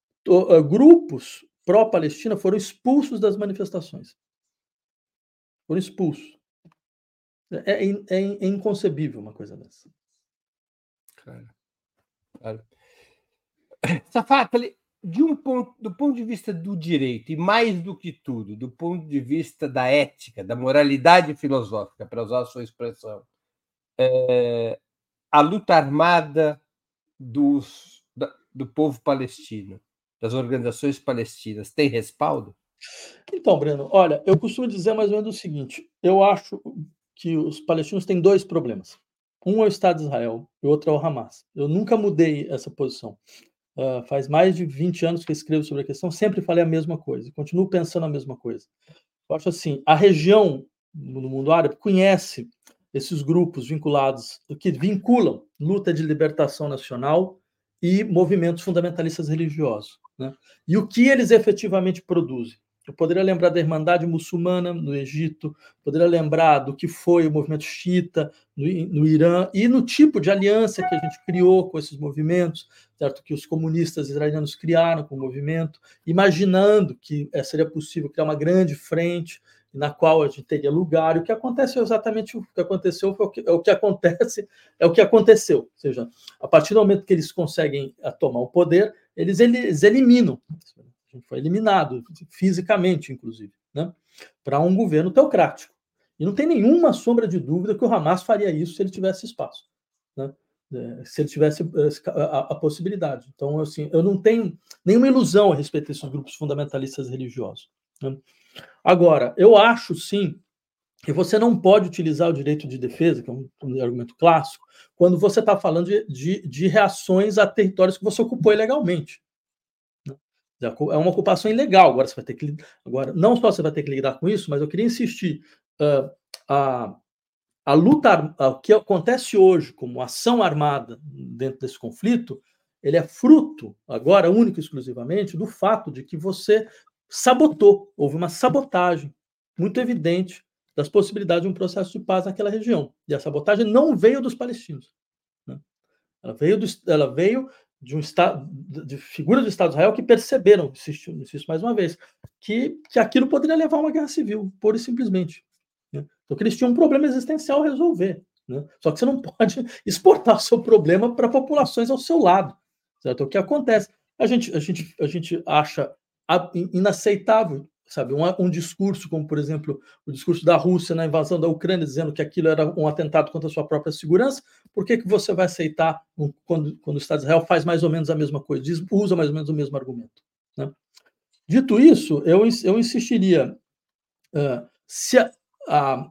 Grupos pró-Palestina foram expulsos das manifestações. Foram expulsos. É, é, é inconcebível uma coisa dessa. Claro. Claro. Safatli, de um ponto, do ponto de vista do direito, e mais do que tudo, do ponto de vista da ética, da moralidade filosófica, para usar a sua expressão, é, a luta armada dos, da, do povo palestino, das organizações palestinas, tem respaldo? Então, Breno, olha, eu costumo dizer mais ou menos o seguinte: eu acho que os palestinos têm dois problemas. Um é o Estado de Israel e o outro é o Hamas. Eu nunca mudei essa posição. Uh, faz mais de vinte anos que eu escrevo sobre a questão, sempre falei a mesma coisa, continuo pensando a mesma coisa. Eu acho assim, a região no mundo árabe conhece esses grupos vinculados, que vinculam luta de libertação nacional e movimentos fundamentalistas religiosos, né? E o que eles efetivamente produzem? Eu poderia lembrar da Irmandade Muçulmana no Egito, poderia lembrar do que foi o movimento xiita no, no Irã e no tipo de aliança que a gente criou com esses movimentos, certo? Que os comunistas israelianos criaram com o movimento, imaginando que é, seria possível criar uma grande frente na qual a gente teria lugar. E o que aconteceu exatamente o que aconteceu foi o que, é o que acontece, é o que aconteceu. Ou seja, a partir do momento que eles conseguem a, tomar o poder, eles, eles eliminam. A gente foi eliminado, fisicamente, inclusive, né, para um governo teocrático. E não tem nenhuma sombra de dúvida que o Hamas faria isso se ele tivesse espaço, né? Se ele tivesse a, a possibilidade. Então, assim, eu não tenho nenhuma ilusão a respeito desses grupos fundamentalistas religiosos, né? Agora, eu acho, sim, que você não pode utilizar o direito de defesa, que é um, um argumento clássico, quando você está falando de, de, de reações a territórios que você ocupou ilegalmente. É uma ocupação ilegal. Agora você vai ter que, agora não só você vai ter que lidar com isso, mas eu queria insistir. Uh, a, a luta, o que acontece hoje como ação armada dentro desse conflito, ele é fruto, agora único e exclusivamente, do fato de que você sabotou, houve uma sabotagem muito evidente das possibilidades de um processo de paz naquela região. E a sabotagem não veio dos palestinos, né? Ela veio, do, ela veio de um estado, de figuras do Estado de Israel que perceberam, insisto, insisto mais uma vez, que, que aquilo poderia levar a uma guerra civil, pura e simplesmente, né? Então, que eles tinham um problema existencial a resolver, né? Só que você não pode exportar o seu problema para populações ao seu lado, certo? O que acontece? A gente, a gente, a gente acha inaceitável, sabe, um, um discurso como, por exemplo, o discurso da Rússia na invasão da Ucrânia, dizendo que aquilo era um atentado contra a sua própria segurança. Por que, que você vai aceitar um, quando, quando o Estado de Israel faz mais ou menos a mesma coisa, diz, usa mais ou menos o mesmo argumento, né? Dito isso, eu, eu insistiria, uh, se a, a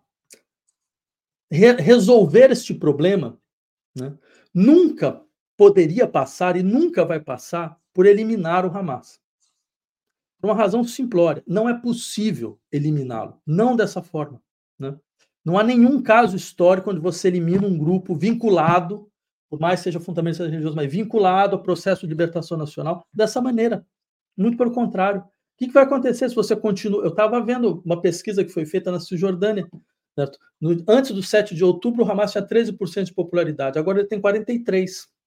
re, resolver este problema, né, nunca poderia passar e nunca vai passar por eliminar o Hamas. Por uma razão simplória, não é possível eliminá-lo, não dessa forma, né? Não há nenhum caso histórico onde você elimina um grupo vinculado, por mais que seja fundamentalista religioso, mas vinculado ao processo de libertação nacional, dessa maneira. Muito pelo contrário. O que vai acontecer se você continua? Eu estava vendo uma pesquisa que foi feita na Cisjordânia, certo? No, antes do sete de outubro, o Hamas tinha treze por cento de popularidade, agora ele tem quarenta e três por cento.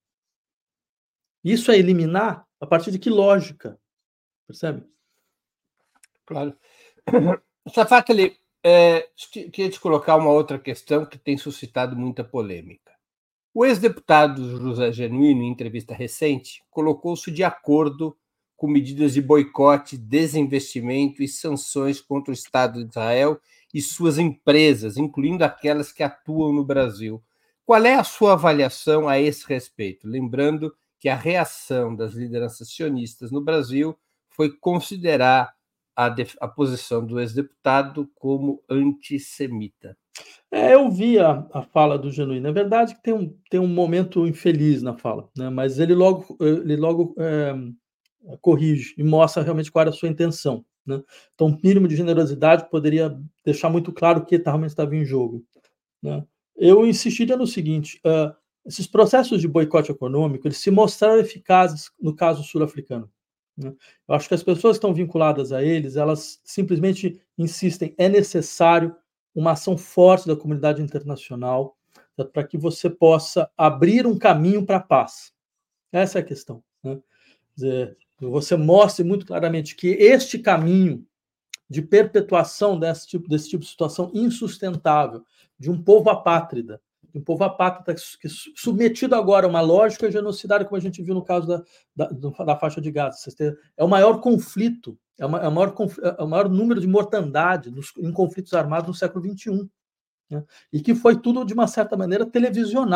Isso é eliminar a partir de que lógica? Percebe? Claro. Safatli, é, queria te colocar uma outra questão que tem suscitado muita polêmica. O ex-deputado José Genuíno, em entrevista recente, colocou-se de acordo com medidas de boicote, desinvestimento e sanções contra o Estado de Israel e suas empresas, incluindo aquelas que atuam no Brasil. Qual é a sua avaliação a esse respeito? Lembrando que a reação das lideranças sionistas no Brasil foi considerar A, a posição do ex-deputado como antissemita. É, eu vi a, a fala do Genuíno. É verdade que tem um, tem um momento infeliz na fala, né? Mas ele logo, ele logo é, corrige e mostra realmente qual era a sua intenção, né? Então, um mínimo de generosidade poderia deixar muito claro o que realmente estava em jogo, né? Eu insistiria no seguinte: uh, esses processos de boicote econômico, eles se mostraram eficazes no caso sul-africano. Eu acho que as pessoas que estão vinculadas a eles, elas simplesmente insistem, é necessário uma ação forte da comunidade internacional para que você possa abrir um caminho para a paz. Essa é a questão, né? Quer dizer, você mostre muito claramente que este caminho de perpetuação desse tipo, desse tipo de situação insustentável, de um povo apátrida, um povo apátrida que, submetido agora a uma lógica genocidária, como a gente viu no caso da, da, da faixa de Gaza. É o maior conflito, é, uma, é, o, maior, é o maior número de mortandade nos, em conflitos armados no século vinte e um, né? E que foi tudo, de uma certa maneira, televisionado,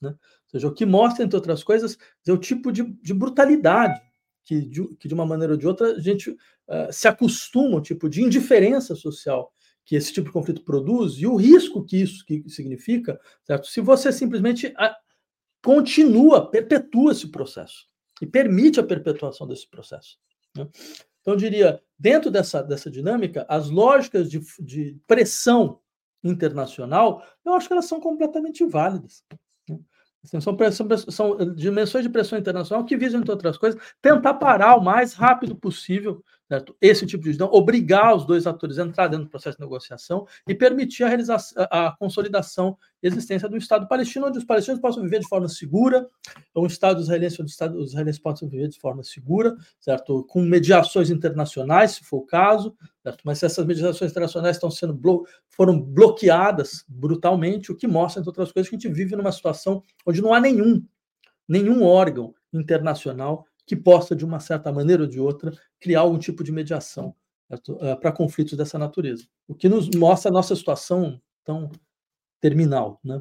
né? Ou seja, o que mostra, entre outras coisas, é o tipo de, de brutalidade que de, que, de uma maneira ou de outra, a gente uh, se acostuma, o tipo de indiferença social que esse tipo de conflito produz e o risco que isso que significa, certo? Se você simplesmente a, continua, perpetua esse processo e permite a perpetuação desse processo, né? Então, eu diria, dentro dessa, dessa dinâmica, as lógicas de, de pressão internacional, eu acho que elas são completamente válidas, né? Assim, são, são, são dimensões de pressão internacional que visam, entre outras coisas, tentar parar o mais rápido possível, certo? Esse tipo de decisão, obrigar os dois atores a entrar dentro do processo de negociação e permitir a, realização, a consolidação e existência do Estado palestino, onde os palestinos possam viver de forma segura, um Estado israelense onde os israelenses possam viver de forma segura, certo? Com mediações internacionais, se for o caso, certo? Mas se essas mediações internacionais estão sendo blo foram bloqueadas brutalmente, o que mostra, entre outras coisas, que a gente vive numa situação onde não há nenhum, nenhum órgão internacional que possa, de uma certa maneira ou de outra, criar algum tipo de mediação uh, para conflitos dessa natureza. O que nos mostra a nossa situação tão terminal, né?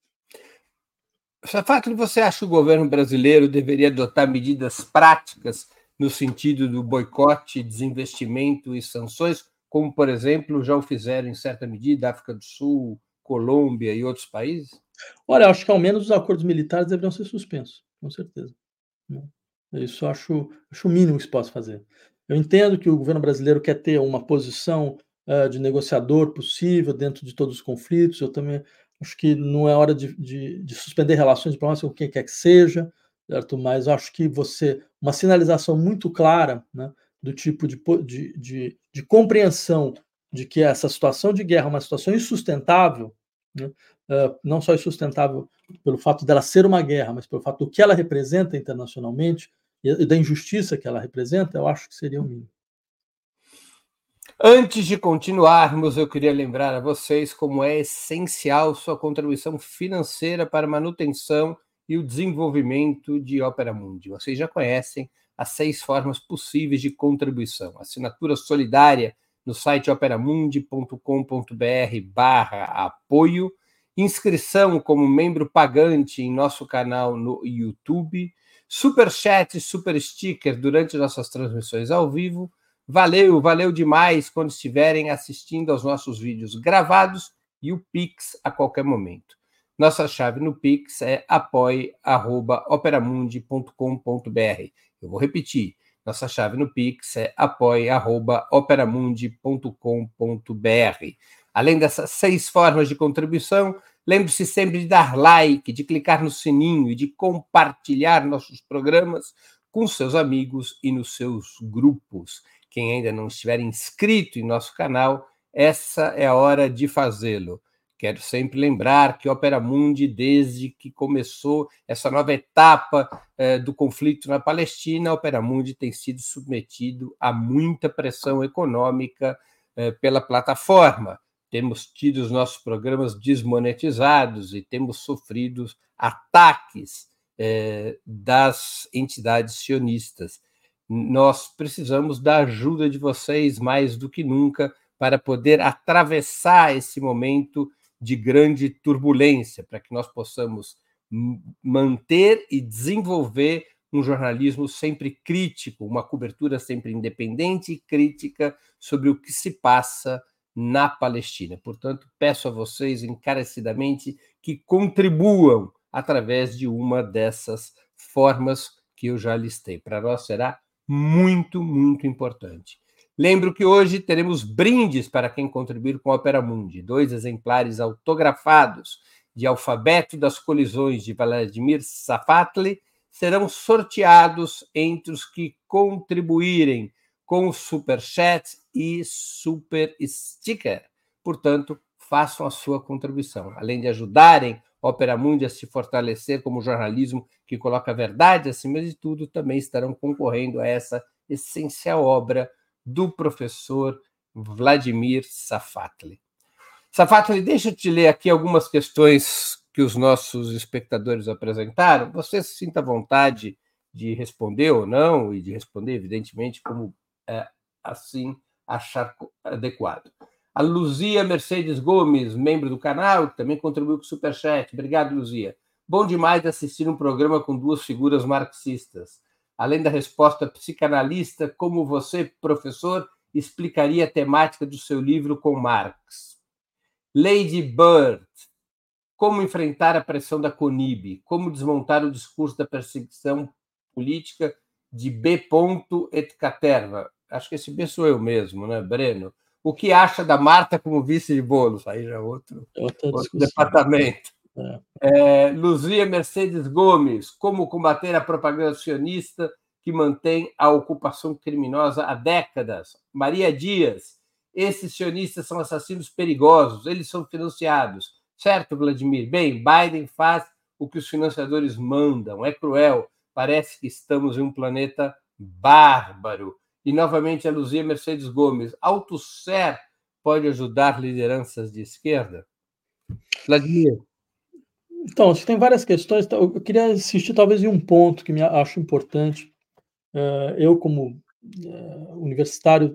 Safatli, você acha que o governo brasileiro deveria adotar medidas práticas no sentido do boicote, desinvestimento e sanções, como, por exemplo, já o fizeram em certa medida África do Sul, Colômbia e outros países? Olha, acho que ao menos os acordos militares deveriam ser suspensos, com certeza. Isso acho, acho o mínimo que se pode fazer. Eu entendo que o governo brasileiro quer ter uma posição uh, de negociador possível dentro de todos os conflitos. Eu também acho que não é hora de, de, de suspender relações diplomáticas com quem quer que seja, certo? Mas acho que você, uma sinalização muito clara, né, do tipo de, de, de, de compreensão de que essa situação de guerra é uma situação insustentável, né? Uh, não só insustentável pelo fato dela ser uma guerra, mas pelo fato do que ela representa internacionalmente e da injustiça que ela representa, eu acho que seria o mínimo. Antes de continuarmos, eu queria lembrar a vocês como é essencial sua contribuição financeira para a manutenção e o desenvolvimento de Opera Mundi. Vocês já conhecem as seis formas possíveis de contribuição. Assinatura solidária no site operamundi ponto com ponto br barra apoio, inscrição como membro pagante em nosso canal no YouTube, superchat e super sticker durante nossas transmissões ao vivo. Valeu, valeu demais quando estiverem assistindo aos nossos vídeos gravados e o Pix a qualquer momento. Nossa chave no Pix é apoie arroba operamundi ponto com ponto br. Eu vou repetir. Nossa chave no Pix é apoie arroba operamundi ponto com ponto br. Além dessas seis formas de contribuição, lembre-se sempre de dar like, de clicar no sininho e de compartilhar nossos programas com seus amigos e nos seus grupos. Quem ainda não estiver inscrito em nosso canal, essa é a hora de fazê-lo. Quero sempre lembrar que Opera Mundi, desde que começou essa nova etapa eh, do conflito na Palestina, Opera Mundi tem sido submetido a muita pressão econômica eh, pela plataforma. Temos tido os nossos programas desmonetizados e temos sofrido ataques eh, das entidades sionistas. Nós precisamos da ajuda de vocês mais do que nunca para poder atravessar esse momento de grande turbulência, para que nós possamos manter e desenvolver um jornalismo sempre crítico, uma cobertura sempre independente e crítica sobre o que se passa na Palestina. Portanto, peço a vocês encarecidamente que contribuam através de uma dessas formas que eu já listei. Para nós será muito, muito importante. Lembro que hoje teremos brindes para quem contribuir com a Opera Mundi. Dois exemplares autografados de Alfabeto das Colisões de Vladimir Safatli serão sorteados entre os que contribuírem com o Superchat e Super Sticker. Portanto, façam a sua contribuição. Além de ajudarem a Opera Mundi a se fortalecer como jornalismo que coloca a verdade acima de tudo, também estarão concorrendo a essa essencial obra do professor Vladimir Safatli. Safatli, deixa eu te ler aqui algumas questões que os nossos espectadores apresentaram. Você se sinta à vontade de responder ou não, e de responder, evidentemente, como é, assim achar adequado. A Luzia Mercedes Gomes, membro do canal, que também contribuiu com o Superchat. Obrigado, Luzia. Bom demais assistir um programa com duas figuras marxistas. Além da resposta psicanalista, como você, professor, explicaria a temática do seu livro com Marx? Lady Bird, como enfrentar a pressão da Conib? Como desmontar o discurso da perseguição política de B. et Caterva? Acho que esse B sou eu mesmo, né, Breno? O que acha da Marta como vice de Boulos? Aí já é outro, outro departamento. É. É, Luzia Mercedes Gomes, como combater a propaganda sionista que mantém a ocupação criminosa há décadas? Maria Dias, esses sionistas são assassinos perigosos, eles são financiados. Certo, Vladimir? Bem, Biden faz o que os financiadores mandam, é cruel, parece que estamos em um planeta bárbaro. E, novamente, a Luzia Mercedes Gomes, Althusser pode ajudar lideranças de esquerda? Vladimir. Então, tem várias questões. Eu queria insistir talvez em um ponto que me acho importante. Eu, como universitário,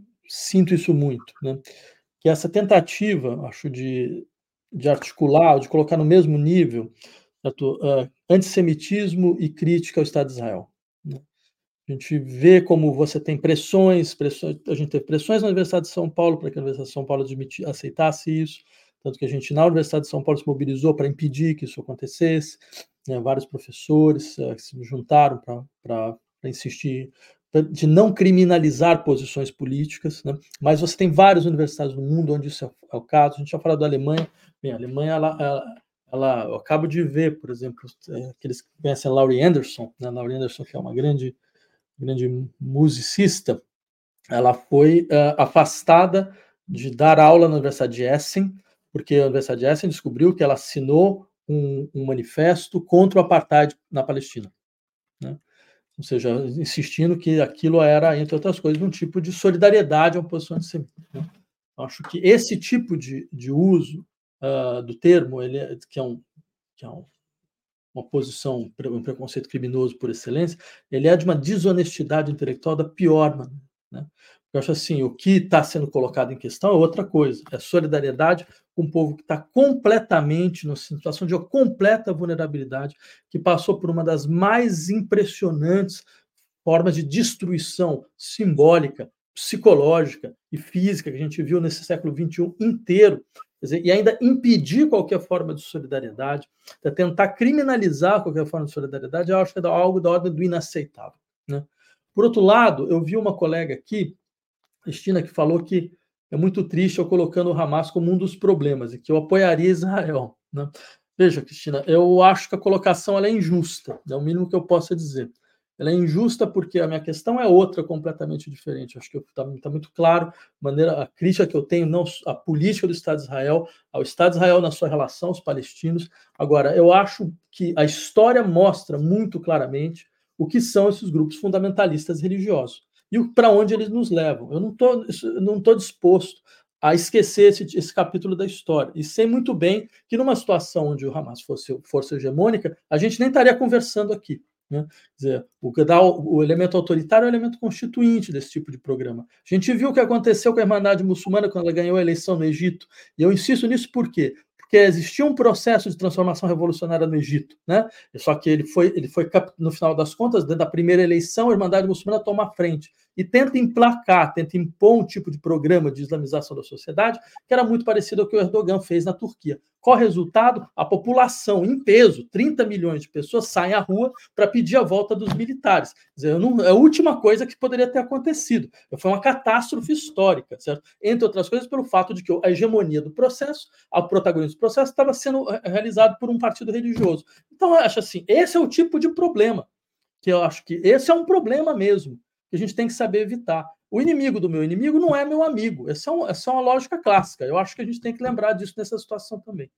sinto isso muito, né? Que essa tentativa, acho, de, de articular, de colocar no mesmo nível certo? Uh, antissemitismo e crítica ao Estado de Israel. Né? A gente vê como você tem pressões, pressões, a gente teve pressões na Universidade de São Paulo para que a Universidade de São Paulo admitir, aceitasse isso, tanto que a gente na Universidade de São Paulo se mobilizou para impedir que isso acontecesse, né? Vários professores uh, se juntaram para insistir de não criminalizar posições políticas, né? Mas você tem várias universidades no mundo onde isso é o caso. A gente já falou da Alemanha. Bem, a Alemanha, ela, ela, ela, eu acabo de ver, por exemplo, aqueles que conhecem a Laurie Anderson, né? Laurie Anderson, que é uma grande, grande musicista, ela foi uh, afastada de dar aula na Universidade de Essen, porque a Universidade de Essen descobriu que ela assinou um, um manifesto contra o apartheid na Palestina, né? Ou seja, insistindo que aquilo era, entre outras coisas, um tipo de solidariedade à oposição antissemita. Né? Acho que esse tipo de, de uso uh, do termo, ele é, que é, um, que é um, uma posição, um preconceito criminoso por excelência, ele é de uma desonestidade intelectual da pior maneira. Né? Eu acho assim, o que está sendo colocado em questão é outra coisa, é solidariedade com um povo que está completamente numa situação de completa vulnerabilidade, que passou por uma das mais impressionantes formas de destruição simbólica, psicológica e física que a gente viu nesse século vinte e um inteiro. Quer dizer, e ainda impedir qualquer forma de solidariedade, tentar criminalizar qualquer forma de solidariedade, eu acho que é algo da ordem do inaceitável. Né? Por outro lado, eu vi uma colega aqui, Cristina, que falou que é muito triste eu colocando o Hamas como um dos problemas e que eu apoiaria Israel. Né? Veja, Cristina, eu acho que a colocação ela é injusta, é o mínimo que eu possa dizer. Ela é injusta porque a minha questão é outra, completamente diferente. Acho que está tá muito claro a, maneira, a crítica que eu tenho, não a política do Estado de Israel, ao Estado de Israel na sua relação aos palestinos. Agora, eu acho que a história mostra muito claramente o que são esses grupos fundamentalistas religiosos e para onde eles nos levam. Eu não estou não tô disposto a esquecer esse, esse capítulo da história. E sei muito bem que numa situação onde o Hamas fosse força hegemônica, a gente nem estaria conversando aqui. Né? Quer dizer, o, o, o elemento autoritário é o elemento constituinte desse tipo de programa. A gente viu o que aconteceu com a Irmandade Muçulmana quando ela ganhou a eleição no Egito. E eu insisto nisso por quê? Porque existia um processo de transformação revolucionária no Egito, né? Só que ele foi, ele foi, no final das contas, dentro da primeira eleição, a Irmandade Muçulmana toma a frente e tenta emplacar, tenta impor um tipo de programa de islamização da sociedade que era muito parecido ao que o Erdogan fez na Turquia. Qual o resultado? A população, em peso, trinta milhões de pessoas saem à rua para pedir a volta dos militares. Quer dizer, não, é a última coisa que poderia ter acontecido. Foi uma catástrofe histórica, certo? Entre outras coisas, pelo fato de que a hegemonia do processo, o protagonismo do processo, estava sendo realizado por um partido religioso. Então, eu acho assim, esse é o tipo de problema, que eu acho que esse é um problema mesmo, que a gente tem que saber evitar. O inimigo do meu inimigo não é meu amigo. Essa é, um, essa é uma lógica clássica. Eu acho que a gente tem que lembrar disso nessa situação também.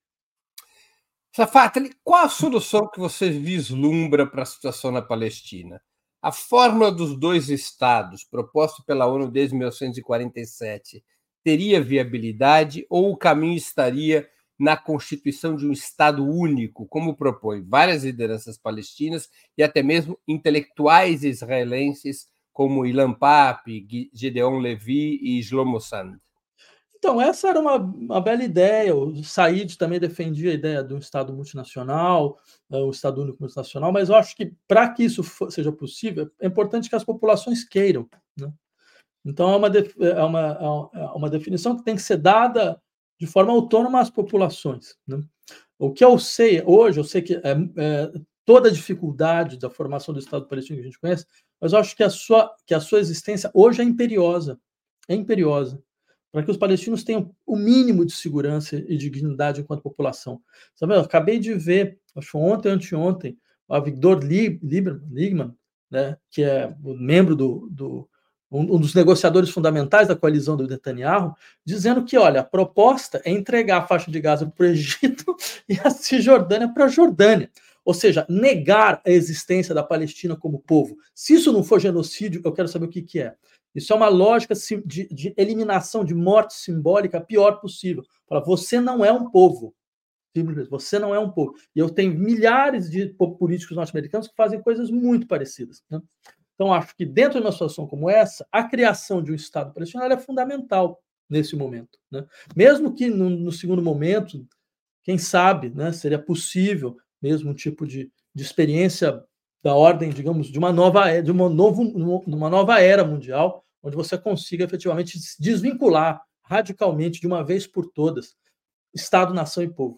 Safatli, qual a solução que você vislumbra para a situação na Palestina? A fórmula dos dois estados, proposta pela ONU desde mil novecentos e quarenta e sete, teria viabilidade ou o caminho estaria na constituição de um Estado único, como propõe várias lideranças palestinas e até mesmo intelectuais israelenses como Ilan Pappé, Gedeon Levi e Shlomo Sand? Então, essa era uma, uma bela ideia. O Said também defendia a ideia de um Estado multinacional, um Estado único multinacional, mas eu acho que, para que isso for, seja possível, é importante que as populações queiram, né? Então, é uma, é, uma, é uma definição que tem que ser dada de forma autônoma às populações, né? O que eu sei hoje, eu sei que é, é, toda a dificuldade da formação do Estado palestino que a gente conhece, mas eu acho que a sua, que a sua existência hoje é imperiosa, é imperiosa, para que os palestinos tenham o mínimo de segurança e dignidade enquanto população. Sabe, eu acabei de ver, acho ontem, anteontem, o Avigdor Lieberman, né, que é o membro do, do um dos negociadores fundamentais da coalizão do Netanyahu, dizendo que, olha, a proposta é entregar a faixa de Gaza para o Egito e a Cisjordânia para a Jordânia. Ou seja, negar a existência da Palestina como povo. Se isso não for genocídio, eu quero saber o que, que é. Isso é uma lógica de, de eliminação, de morte simbólica a pior possível. Fala, você não é um povo. Você não é um povo. E eu tenho milhares de políticos norte-americanos que fazem coisas muito parecidas, né? Então, acho que dentro de uma situação como essa, a criação de um Estado palestino é fundamental nesse momento, né? Mesmo que no, no segundo momento, quem sabe, né, seria possível mesmo um tipo de, de experiência da ordem, digamos, de uma nova, de uma, novo, uma nova era mundial, onde você consiga efetivamente desvincular radicalmente, de uma vez por todas, Estado, nação e povo.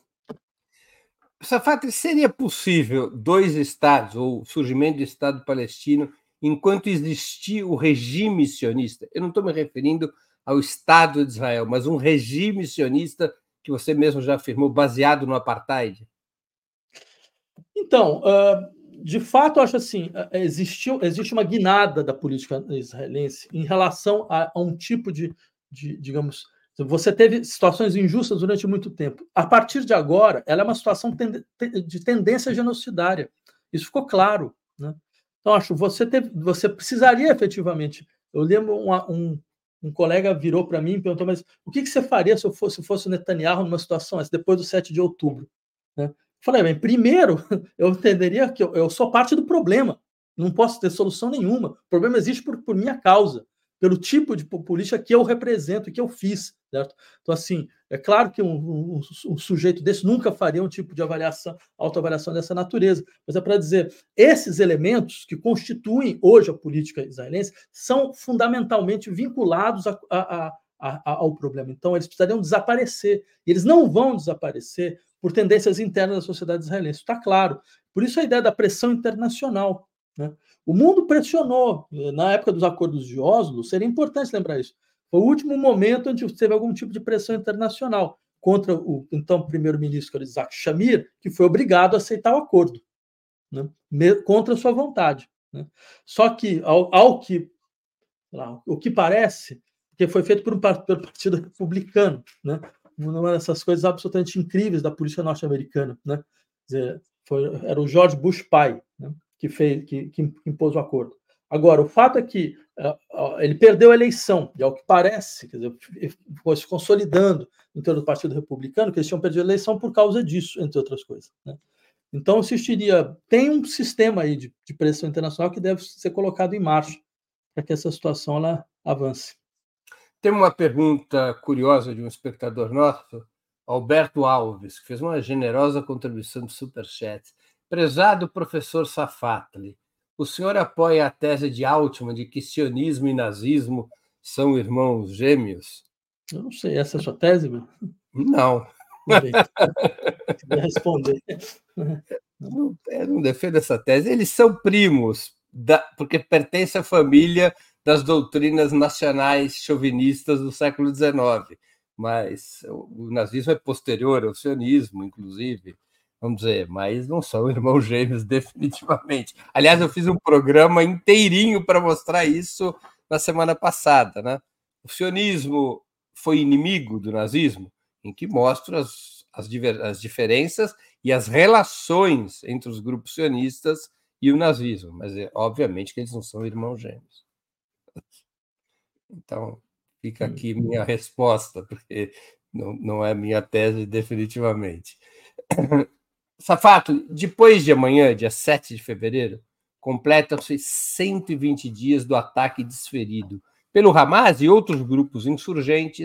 Safat, seria possível dois estados, ou o surgimento do Estado palestino, enquanto existir o regime sionista? Eu não estou me referindo ao Estado de Israel, mas um regime sionista que você mesmo já afirmou, baseado no apartheid? Então, de fato, eu acho assim, existe, existe uma guinada da política israelense em relação a, a um tipo de, de, digamos, você teve situações injustas durante muito tempo. A partir de agora, ela é uma situação de tendência genocidária. Isso ficou claro, né? Então, acho você teve, você precisaria efetivamente. Eu lembro um, um, um colega virou para mim e perguntou: mas o que, que você faria se eu fosse, se fosse o Netanyahu numa situação essa, depois do sete de outubro? Né? Falei, bem, primeiro, eu entenderia que eu, eu sou parte do problema. Não posso ter solução nenhuma. O problema existe por, por minha causa, pelo tipo de política que eu represento, que eu fiz, certo? Então, assim, é claro que um, um, um sujeito desse nunca faria um tipo de avaliação, autoavaliação dessa natureza, mas é para dizer, esses elementos que constituem hoje a política israelense são fundamentalmente vinculados a, a, a, a, ao problema. Então, eles precisariam desaparecer. E eles não vão desaparecer por tendências internas da sociedade israelense. Está claro. Por isso a ideia da pressão internacional, né? O mundo pressionou. Na época dos acordos de Oslo, seria importante lembrar isso. Foi o último momento onde teve algum tipo de pressão internacional contra o então primeiro-ministro Isaac Shamir, que foi obrigado a aceitar o acordo, né? Contra a sua vontade, né? Só que, ao, ao que, lá, o que parece, que foi feito por um, pelo Partido Republicano, né? Uma dessas coisas absolutamente incríveis da política norte-americana, né? Quer dizer, foi, era o George Bush pai, né? que, fez, que, que impôs o acordo. Agora, o fato é que uh, ele perdeu a eleição, e ao que parece, quer dizer, ficou se consolidando em torno do Partido Republicano, que eles tinham perdido a eleição por causa disso, entre outras coisas, né? Então, existiria, tem um sistema aí de, de pressão internacional que deve ser colocado em marcha para que essa situação ela avance. Tem uma pergunta curiosa de um espectador nosso, Alberto Alves, que fez uma generosa contribuição de superchat. Prezado professor Safatli, o senhor apoia a tese de Altman de que sionismo e nazismo são irmãos gêmeos? Eu não sei, essa é a sua tese, meu? Não. Queria responder. Não, eu não defendo essa tese. Eles são primos, da, porque pertencem à família das doutrinas nacionais chauvinistas do século dezenove. Mas o nazismo é posterior ao sionismo, inclusive, vamos dizer, mas não são irmãos gêmeos definitivamente. Aliás, eu fiz um programa inteirinho para mostrar isso na semana passada, né? O sionismo foi inimigo do nazismo, em que mostra as, as, as diferenças e as relações entre os grupos sionistas e o nazismo, mas é, obviamente que eles não são irmãos gêmeos. Então, fica aqui minha resposta, porque não, não é minha tese definitivamente. Safato, depois de amanhã, dia sete de fevereiro, completam-se cento e vinte dias do ataque desferido pelo Hamas e outros grupos insurgentes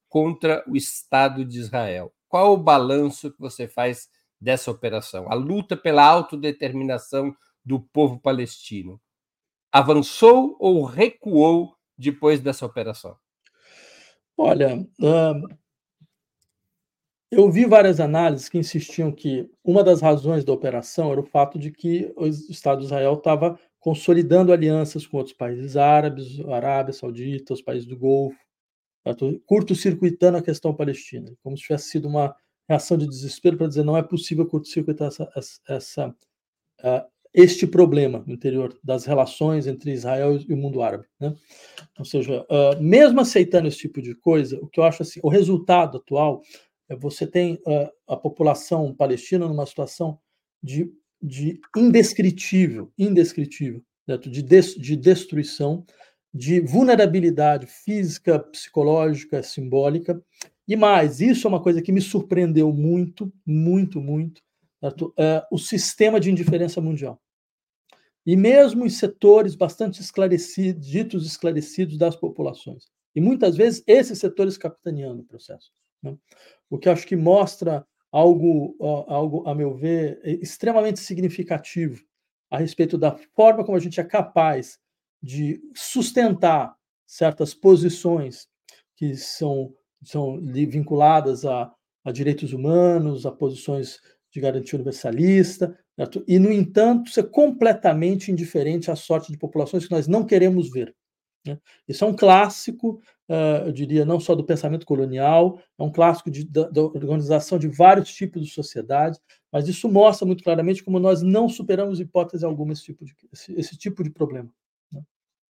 contra o Estado de Israel. Qual o balanço que você faz dessa operação? A luta pela autodeterminação do povo palestino avançou ou recuou depois dessa operação? Olha, uh, eu vi várias análises que insistiam que uma das razões da operação era o fato de que o Estado de Israel estava consolidando alianças com outros países árabes, a Arábia Saudita, os países do Golfo, curto-circuitando a questão palestina, como se tivesse sido uma reação de desespero para dizer não é possível curto-circuitar essa, essa, uh, este problema no interior das relações entre Israel e o mundo árabe, né? Ou seja, uh, mesmo aceitando esse tipo de coisa, o que eu acho assim, o resultado atual é você tem uh, a população palestina numa situação de, de indescritível, indescritível, certo? De, des, de destruição, de vulnerabilidade física, psicológica, simbólica. E mais, isso é uma coisa que me surpreendeu muito, muito, muito, certo? Uh, o sistema de indiferença mundial. E mesmo em setores bastante esclarecidos, ditos esclarecidos das populações. E muitas vezes esses setores capitaneando o processo, né? O que eu acho que mostra algo, algo, a meu ver, extremamente significativo a respeito da forma como a gente é capaz de sustentar certas posições que são, são vinculadas a, a direitos humanos, a posições de garantia universalista, certo? E, no entanto, ser completamente indiferente à sorte de populações que nós não queremos ver, né? Isso é um clássico, uh, eu diria, não só do pensamento colonial, é um clássico de, da, da organização de vários tipos de sociedades, mas isso mostra muito claramente como nós não superamos hipótese alguma esse tipo de, esse, esse tipo de problema, né?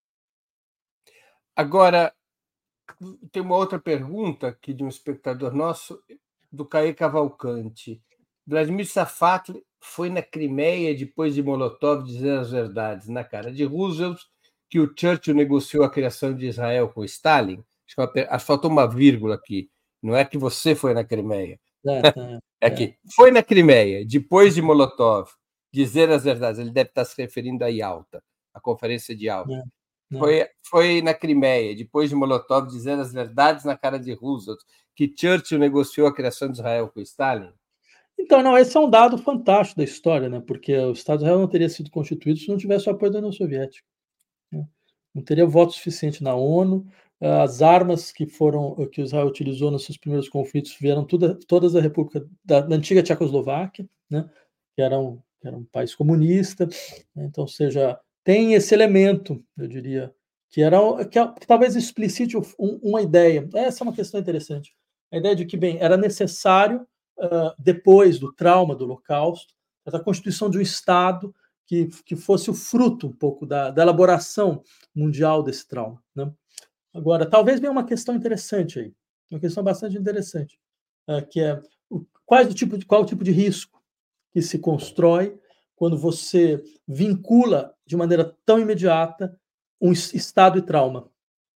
Agora, tem uma outra pergunta aqui de um espectador nosso, do Caê Cavalcante. Vladimir Safat foi na Crimeia depois de Molotov dizer as verdades na cara de Roosevelt que o Churchill negociou a criação de Israel com Stalin? Acho que, acho que faltou uma vírgula aqui. Não é que você foi na Crimeia. É, é, é que foi na Crimeia, depois de Molotov dizer as verdades. Ele deve estar se referindo a Yalta, a conferência de Yalta. É, é. Foi, foi na Crimeia, depois de Molotov dizer as verdades na cara de Roosevelt, que Churchill negociou a criação de Israel com Stalin? Então, não, esse é um dado fantástico da história, né? Porque o Estado de Israel não teria sido constituído se não tivesse o apoio da União Soviética, né? Não teria voto suficiente na ONU. As armas que foram que Israel utilizou nos seus primeiros conflitos vieram toda, todas da República da, da antiga Tchecoslováquia, né? Que era um, que era um país comunista, né? Então, ou seja, tem esse elemento, eu diria, que era que, que talvez explicite um, uma ideia. Essa é uma questão interessante. A ideia de que, bem, era necessário, uh, depois do trauma do Holocausto, a constituição de um Estado que, que fosse o fruto um pouco da, da elaboração mundial desse trauma, né? Agora, talvez venha uma questão interessante aí, uma questão bastante interessante, uh, que é o, quais o tipo de, qual o tipo de risco que se constrói quando você vincula de maneira tão imediata um estado e trauma,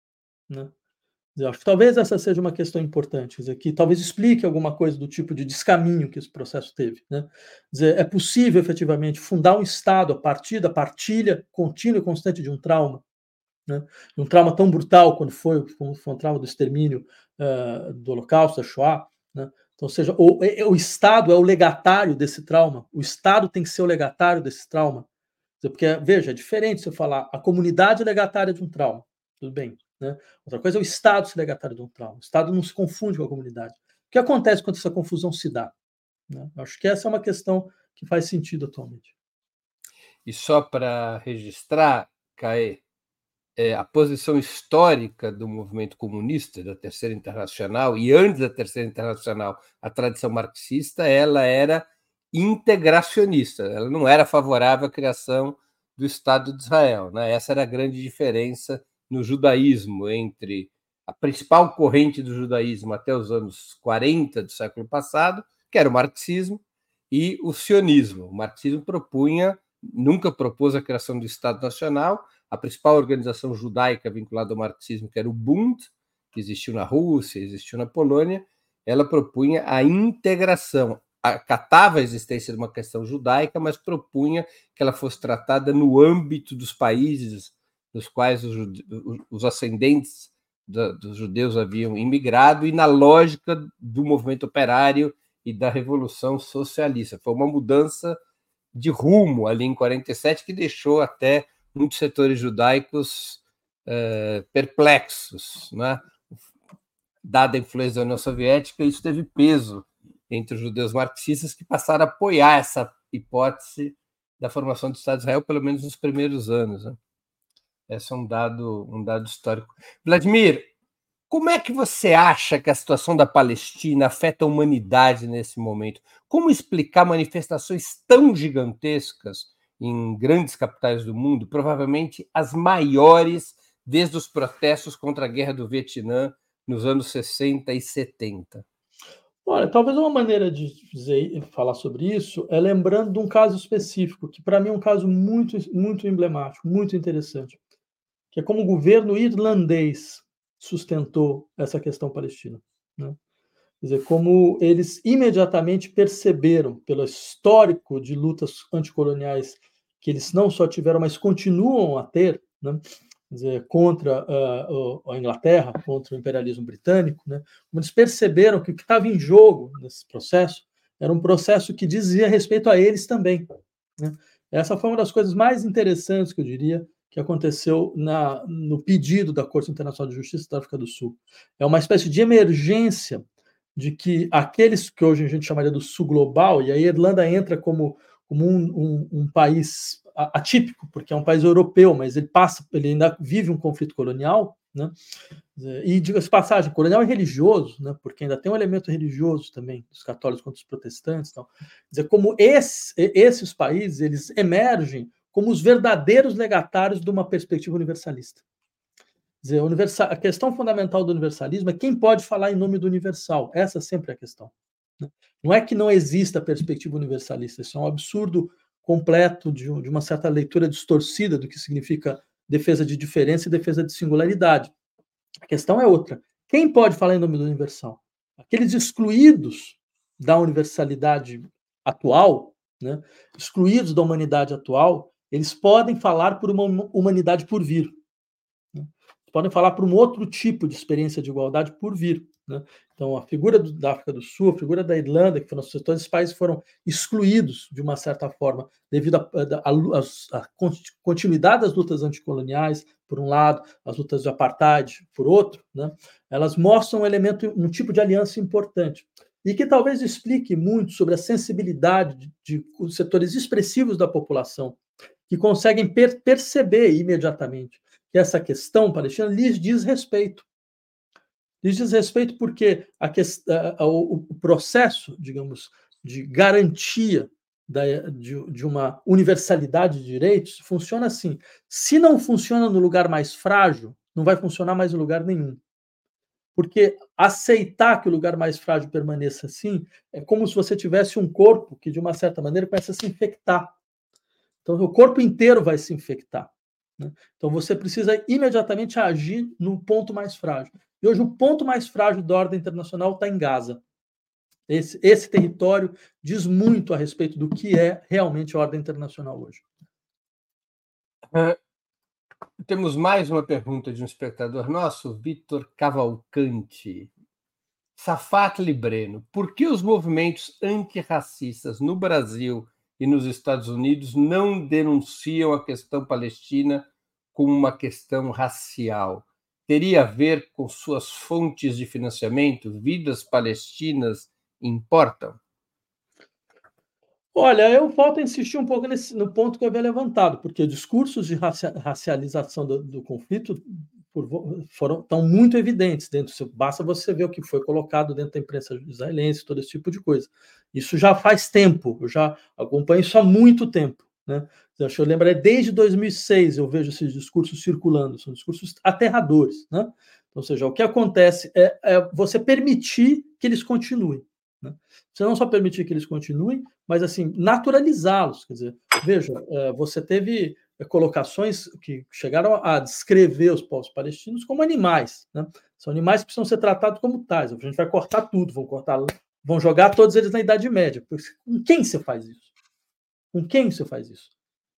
né? Eu acho que talvez essa seja uma questão importante, quer dizer, que talvez explique alguma coisa do tipo de descaminho que esse processo teve, né? Quer dizer, é possível efetivamente fundar um Estado a partir da partilha contínua e constante de um trauma, né? Um trauma tão brutal quando foi, como foi um trauma do extermínio, uh, do Holocausto, da Shoah, né? Então, ou seja, o, o Estado é o legatário desse trauma, o Estado tem que ser o legatário desse trauma, porque, veja, é diferente se eu falar a comunidade legatária de um trauma, tudo bem, né? Outra coisa é o Estado se legatário de um trauma. O Estado não se confunde com a comunidade. O que acontece quando essa confusão se dá, né? Acho que essa é uma questão que faz sentido atualmente. E só para registrar, Caê, é, a posição histórica do movimento comunista, da Terceira Internacional, e antes da Terceira Internacional, a tradição marxista, ela era integracionista, ela não era favorável à criação do Estado de Israel, né? Essa era a grande diferença no judaísmo entre a principal corrente do judaísmo até os anos quarenta do século passado, que era o marxismo, e o sionismo. O marxismo propunha, nunca propôs a criação do Estado Nacional. A principal organização judaica vinculada ao marxismo, que era o Bund, que existiu na Rússia, existiu na Polônia, ela propunha a integração, acatava a existência de uma questão judaica, mas propunha que ela fosse tratada no âmbito dos países nos quais os, os ascendentes da, dos judeus haviam imigrado e na lógica do movimento operário e da Revolução Socialista. Foi uma mudança de rumo ali em quarenta e sete que deixou até muitos setores judaicos eh, perplexos, né? Dada a influência da União Soviética, isso teve peso entre os judeus marxistas que passaram a apoiar essa hipótese da formação do Estado de Israel, pelo menos nos primeiros anos, né? Esse é um dado, um dado histórico. Vladimir, como é que você acha que a situação da Palestina afeta a humanidade nesse momento? Como explicar manifestações tão gigantescas em grandes capitais do mundo, provavelmente as maiores desde os protestos contra a Guerra do Vietnã nos anos sessenta e setenta? Olha, talvez uma maneira de dizer, falar sobre isso é lembrando de um caso específico, que para mim é um caso muito, muito emblemático, muito interessante, que é como o governo irlandês sustentou essa questão palestina, né? Quer dizer, como eles imediatamente perceberam, pelo histórico de lutas anticoloniais que eles não só tiveram, mas continuam a ter, né? Quer dizer, contra uh, a Inglaterra, contra o imperialismo britânico, né? Como eles perceberam que o que estava em jogo nesse processo era um processo que dizia respeito a eles também, né? Essa foi uma das coisas mais interessantes, que eu diria, que aconteceu na, no pedido da Corte Internacional de Justiça da África do Sul. É uma espécie de emergência de que aqueles que hoje a gente chamaria do Sul global, e aí a Irlanda entra como, como um, um, um país atípico, porque é um país europeu, mas ele passa, ele ainda vive um conflito colonial, né? E, diga-se de passagem, colonial e religioso, né? Porque ainda tem um elemento religioso também, dos católicos contra os protestantes. Então, quer dizer, como esse, esses países, eles emergem como os verdadeiros legatários de uma perspectiva universalista. Quer dizer, a, universal, a questão fundamental do universalismo é quem pode falar em nome do universal. Essa sempre é a questão, né? Não é que não exista a perspectiva universalista, isso é um absurdo completo de, de uma certa leitura distorcida do que significa defesa de diferença e defesa de singularidade. A questão é outra. Quem pode falar em nome do universal? Aqueles excluídos da universalidade atual, né, excluídos da humanidade atual, eles podem falar por uma humanidade por vir, né? Podem falar por um outro tipo de experiência de igualdade por vir, né? Então, a figura do, da África do Sul, a figura da Irlanda, que foram todos esses países foram excluídos de uma certa forma devido à continuidade das lutas anticoloniais, por um lado, as lutas de apartheid, por outro, né? Elas mostram um elemento, um tipo de aliança importante e que talvez explique muito sobre a sensibilidade de, de setores expressivos da população que conseguem per perceber imediatamente que essa questão palestina lhes diz respeito. Lhes diz respeito porque a questão, o, o processo, digamos, de garantia da, de, de uma universalidade de direitos funciona assim. Se não funciona no lugar mais frágil, não vai funcionar mais em lugar nenhum. Porque aceitar que o lugar mais frágil permaneça assim é como se você tivesse um corpo que, de uma certa maneira, começa a se infectar. Então, o corpo inteiro vai se infectar, né? Então, você precisa imediatamente agir no ponto mais frágil. E hoje, o ponto mais frágil da ordem internacional está em Gaza. Esse, esse território diz muito a respeito do que é realmente a ordem internacional hoje. Uh, temos mais uma pergunta de um espectador nosso, Vitor Cavalcante. Safat Libreno, por que os movimentos antirracistas no Brasil e nos Estados Unidos não denunciam a questão palestina como uma questão racial? Teria a ver com suas fontes de financiamento? Vidas palestinas importam? Olha, eu volto a insistir um pouco nesse, no ponto que eu havia levantado, porque discursos de racialização do, do conflito por, foram, estão muito evidentes dentro. Basta você ver o que foi colocado dentro da imprensa israelense, todo esse tipo de coisa. Isso já faz tempo, eu já acompanho isso há muito tempo, né? Deixa eu lembrar, desde dois mil e seis eu vejo esses discursos circulando, são discursos aterradores, né? Ou seja, o que acontece é, é você permitir que eles continuem, né? Você não só permitir que eles continuem, mas assim naturalizá-los. Quer dizer, veja, você teve colocações que chegaram a descrever os povos palestinos como animais, né? São animais que precisam ser tratados como tais. A gente vai cortar tudo, vão cortar, vão jogar todos eles na Idade Média. Com quem você faz isso? Com quem você faz isso?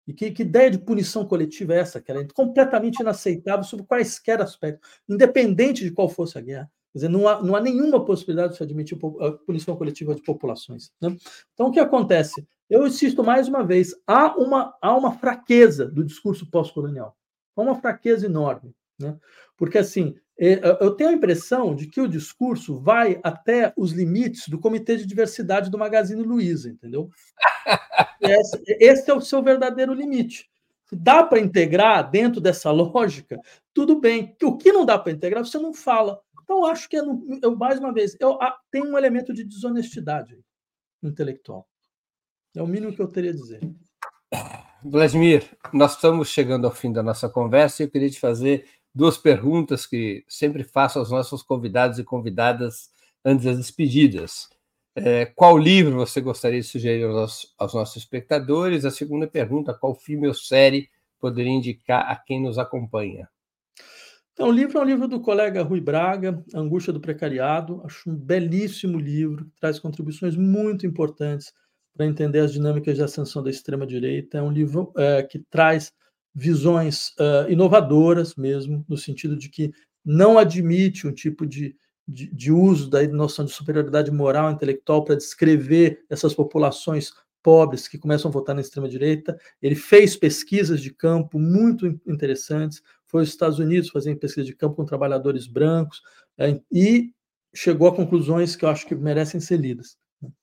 E que, que ideia de punição coletiva é essa, que é completamente inaceitável sob quaisquer aspectos, independente de qual fosse a guerra. Quer dizer, não há, não há nenhuma possibilidade de se admitir punição coletiva de populações, né? Então, o que acontece? Eu insisto mais uma vez, há uma, há uma fraqueza do discurso pós-colonial. Há uma fraqueza enorme, né? Porque, assim, eu tenho a impressão de que o discurso vai até os limites do Comitê de Diversidade do Magazine Luiza, entendeu? Esse, esse é o seu verdadeiro limite. Se dá para integrar dentro dessa lógica, tudo bem. O que não dá para integrar, você não fala. Então, acho que, eu, mais uma vez, eu, tem um elemento de desonestidade intelectual. É o mínimo que eu teria a dizer. Vladimir, nós estamos chegando ao fim da nossa conversa e eu queria te fazer duas perguntas que sempre faço aos nossos convidados e convidadas antes das despedidas. É, qual livro você gostaria de sugerir aos, aos nossos espectadores? A segunda pergunta, qual filme ou série poderia indicar a quem nos acompanha? Então, o livro é um livro do colega Rui Braga, Angústia do Precariado. Acho um belíssimo livro, que traz contribuições muito importantes para entender as dinâmicas de ascensão da extrema-direita. É um livro é, que traz visões uh, inovadoras mesmo, no sentido de que não admite um tipo de, de, de uso da noção de superioridade moral e intelectual para descrever essas populações pobres que começam a votar na extrema-direita. Ele fez pesquisas de campo muito interessantes, foi aos Estados Unidos fazer pesquisa de campo com trabalhadores brancos, é, e chegou a conclusões que eu acho que merecem ser lidas.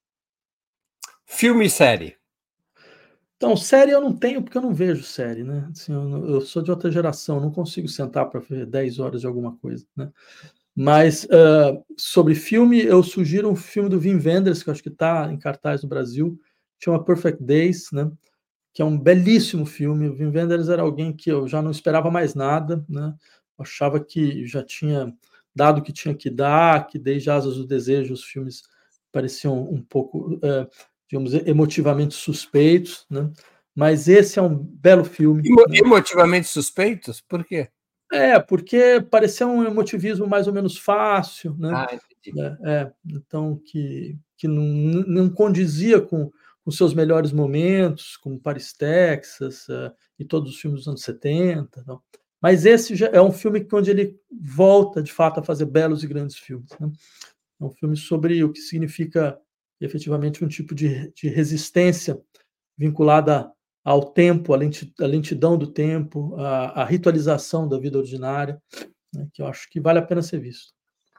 Filme e série? Então, série eu não tenho, porque eu não vejo série, né? Assim, eu, eu sou de outra geração, não consigo sentar para ver dez horas de alguma coisa, né? Mas, uh, sobre filme, eu sugiro um filme do Wim Wenders, que eu acho que está em cartaz no Brasil, chama Perfect Days, né? Que é um belíssimo filme. O Wim Wenders era alguém que eu já não esperava mais nada, né? Eu achava que já tinha dado o que tinha que dar, que desde Asas do Desejo os filmes pareciam um pouco, uh, digamos, emotivamente suspeitos, né? Mas esse é um belo filme. Emo né? Emotivamente suspeitos? Por quê? É, porque parecia um emotivismo mais ou menos fácil, né? Ah, entendi. É, é, então, que, que não, não condizia com os seus melhores momentos, como Paris, Texas, uh, e todos os filmes dos anos setenta. Não. Mas esse já é um filme onde ele volta, de fato, a fazer belos e grandes filmes. Né? É um filme sobre o que significa, efetivamente, um tipo de, de resistência vinculada ao tempo, à lentidão do tempo, à, à ritualização da vida ordinária, né, que eu acho que vale a pena ser visto.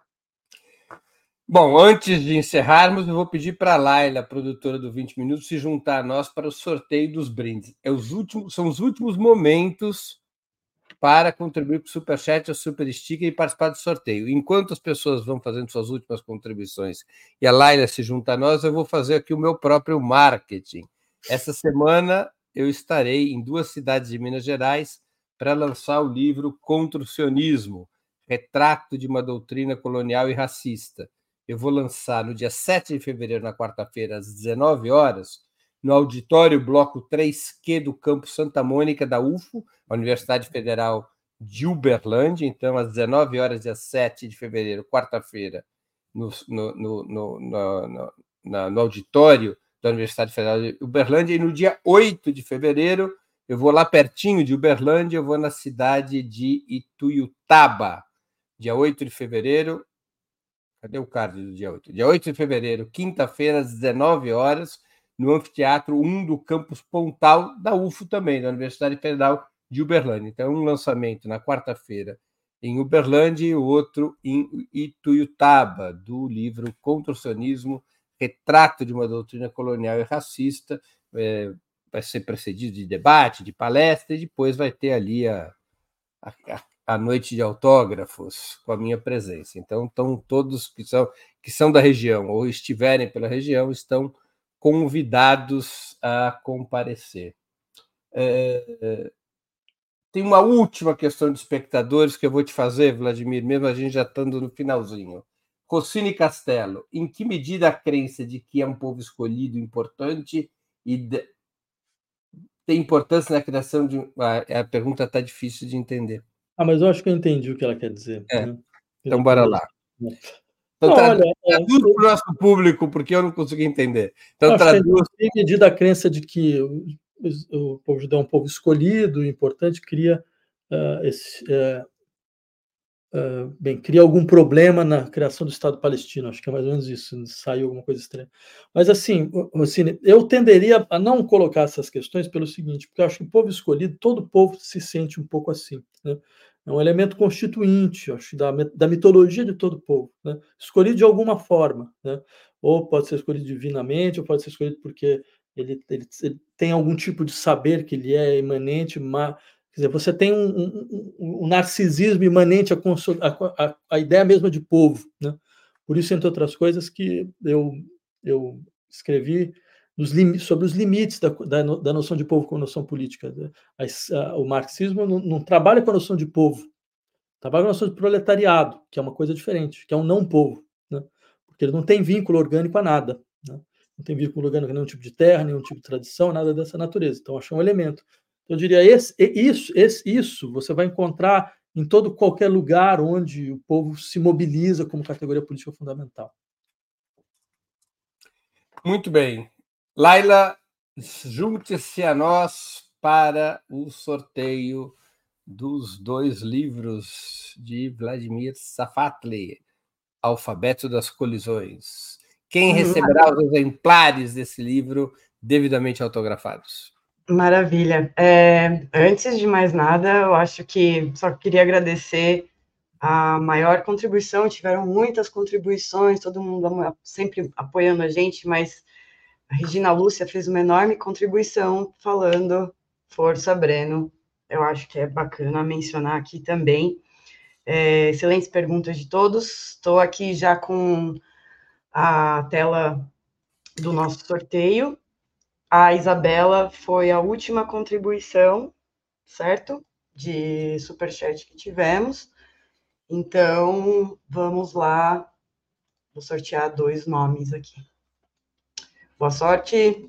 Bom, antes de encerrarmos, eu vou pedir para a Laila, produtora do vinte Minutos, se juntar a nós para o sorteio dos brindes. É os últimos, são os últimos momentos para contribuir com o Superchat ou Super Sticker e participar do sorteio. Enquanto as pessoas vão fazendo suas últimas contribuições e a Laila se junta a nós, eu vou fazer aqui o meu próprio marketing. Essa semana eu estarei em duas cidades de Minas Gerais para lançar o livro Contra o Sionismo, Retrato de uma Doutrina Colonial e Racista. Eu vou lançar no dia sete de fevereiro, na quarta-feira, às dezenove horas, no auditório Bloco três Q do Campo Santa Mônica, da U F O, a Universidade Federal de Uberlândia. Então, às dezenove horas, dia sete de fevereiro, quarta-feira, no, no, no, no, no, no, no auditório da Universidade Federal de Uberlândia. E no dia oito de fevereiro, eu vou lá pertinho de Uberlândia, eu vou na cidade de Ituiutaba. Dia oito de fevereiro, cadê o card do dia oito? Dia oito de fevereiro, quinta-feira, às dezenove horas, no Anfiteatro um do Campus Pontal, da U F O também, da Universidade Federal de Uberlândia. Então, um lançamento na quarta-feira em Uberlândia e o outro em Ituiutaba, do livro Contra o Sionismo, Retrato de uma Doutrina Colonial e Racista. É, vai ser precedido de debate, de palestra, e depois vai ter ali a, a, a noite de autógrafos com a minha presença. Então, estão todos que são, que são da região ou estiverem pela região estão convidados a comparecer. É, tem uma última questão de espectadores que eu vou te fazer, Vladimir, mesmo a gente já estando no finalzinho. Rossini Castelo, em que medida a crença de que é um povo escolhido importante e de... tem importância na criação de... A, a pergunta está difícil de entender. Ah, mas eu acho que eu entendi o que ela quer dizer. É. Né? Então, bora lá. Né? Então, não, traduz, olha, traduz para o nosso público, porque eu não consegui entender. Então, acho traduz. que tem medida a crença de que o povo judeu é um povo escolhido, importante, cria uh, esse, uh, uh, bem, cria algum problema na criação do Estado palestino. Acho que é mais ou menos isso, saiu alguma coisa estranha. Mas, assim, Rossini, eu tenderia a não colocar essas questões pelo seguinte, porque eu acho que o povo escolhido, todo povo se sente um pouco assim, né? É um elemento constituinte, acho, da, da mitologia de todo povo, né? Escolhido de alguma forma, né? Ou pode ser escolhido divinamente, ou pode ser escolhido porque ele, ele, ele tem algum tipo de saber que ele é imanente, mas, quer dizer, você tem um, um, um, um narcisismo imanente à, à, à ideia mesma de povo, né? Por isso, entre outras coisas, que eu, eu escrevi nos limites, sobre os limites da, da, da noção de povo com noção política. A, a, o marxismo não, não trabalha com a noção de povo, trabalha com a noção de proletariado, que é uma coisa diferente, que é um não-povo, né? Porque ele não tem vínculo orgânico a nada, né? Não tem vínculo orgânico a nenhum tipo de terra, nenhum tipo de tradição, nada dessa natureza. Então, acho um elemento. Eu diria, esse, isso, esse, isso você vai encontrar em todo qualquer lugar onde o povo se mobiliza como categoria política fundamental. Muito bem. Laila, junte-se a nós para o sorteio dos dois livros de Vladimir Safatli, Alfabeto das Colisões. Quem receberá os exemplares desse livro devidamente autografados? Maravilha. É, antes de mais nada, eu acho que só queria agradecer a maior contribuição. Tiveram muitas contribuições, todo mundo sempre apoiando a gente, mas a Regina Lúcia fez uma enorme contribuição falando Força Breno. Eu acho que é bacana mencionar aqui também. É, excelentes perguntas de todos. Estou aqui já com a tela do nosso sorteio. A Isabela foi a última contribuição, certo? De superchat que tivemos. Então, vamos lá. Vou sortear dois nomes aqui. Boa sorte.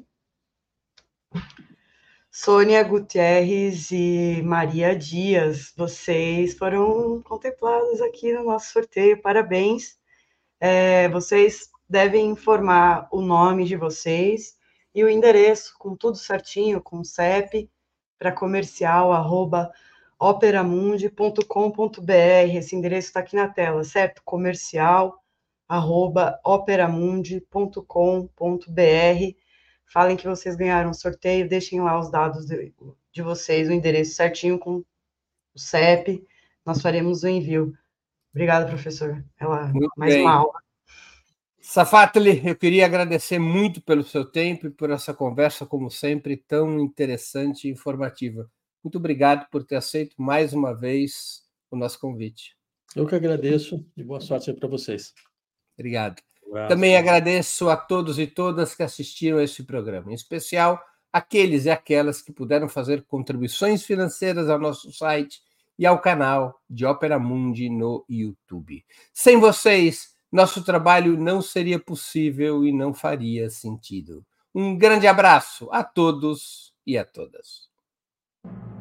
Sônia Gutierrez e Maria Dias, vocês foram contemplados aqui no nosso sorteio, parabéns. É, vocês devem informar o nome de vocês e o endereço, com tudo certinho, com o C E P, para comercial, arroba, operamundi ponto com ponto br. Esse endereço está aqui na tela, certo? Comercial, arroba, operamundi ponto com ponto br. Falem que vocês ganharam um sorteio, deixem lá os dados de, de vocês, o endereço certinho com o C E P, nós faremos o envio. Obrigada, professor. Ela, muito mais bem. uma aula. Safatli, eu queria agradecer muito pelo seu tempo e por essa conversa, como sempre, tão interessante e informativa. Muito obrigado por ter aceito mais uma vez o nosso convite. Eu que agradeço e boa sorte aí para vocês. Obrigado. Um Também agradeço a todos e todas que assistiram a este programa, em especial aqueles e aquelas que puderam fazer contribuições financeiras ao nosso site e ao canal de Opera Mundi no YouTube. Sem vocês, nosso trabalho não seria possível e não faria sentido. Um grande abraço a todos e a todas.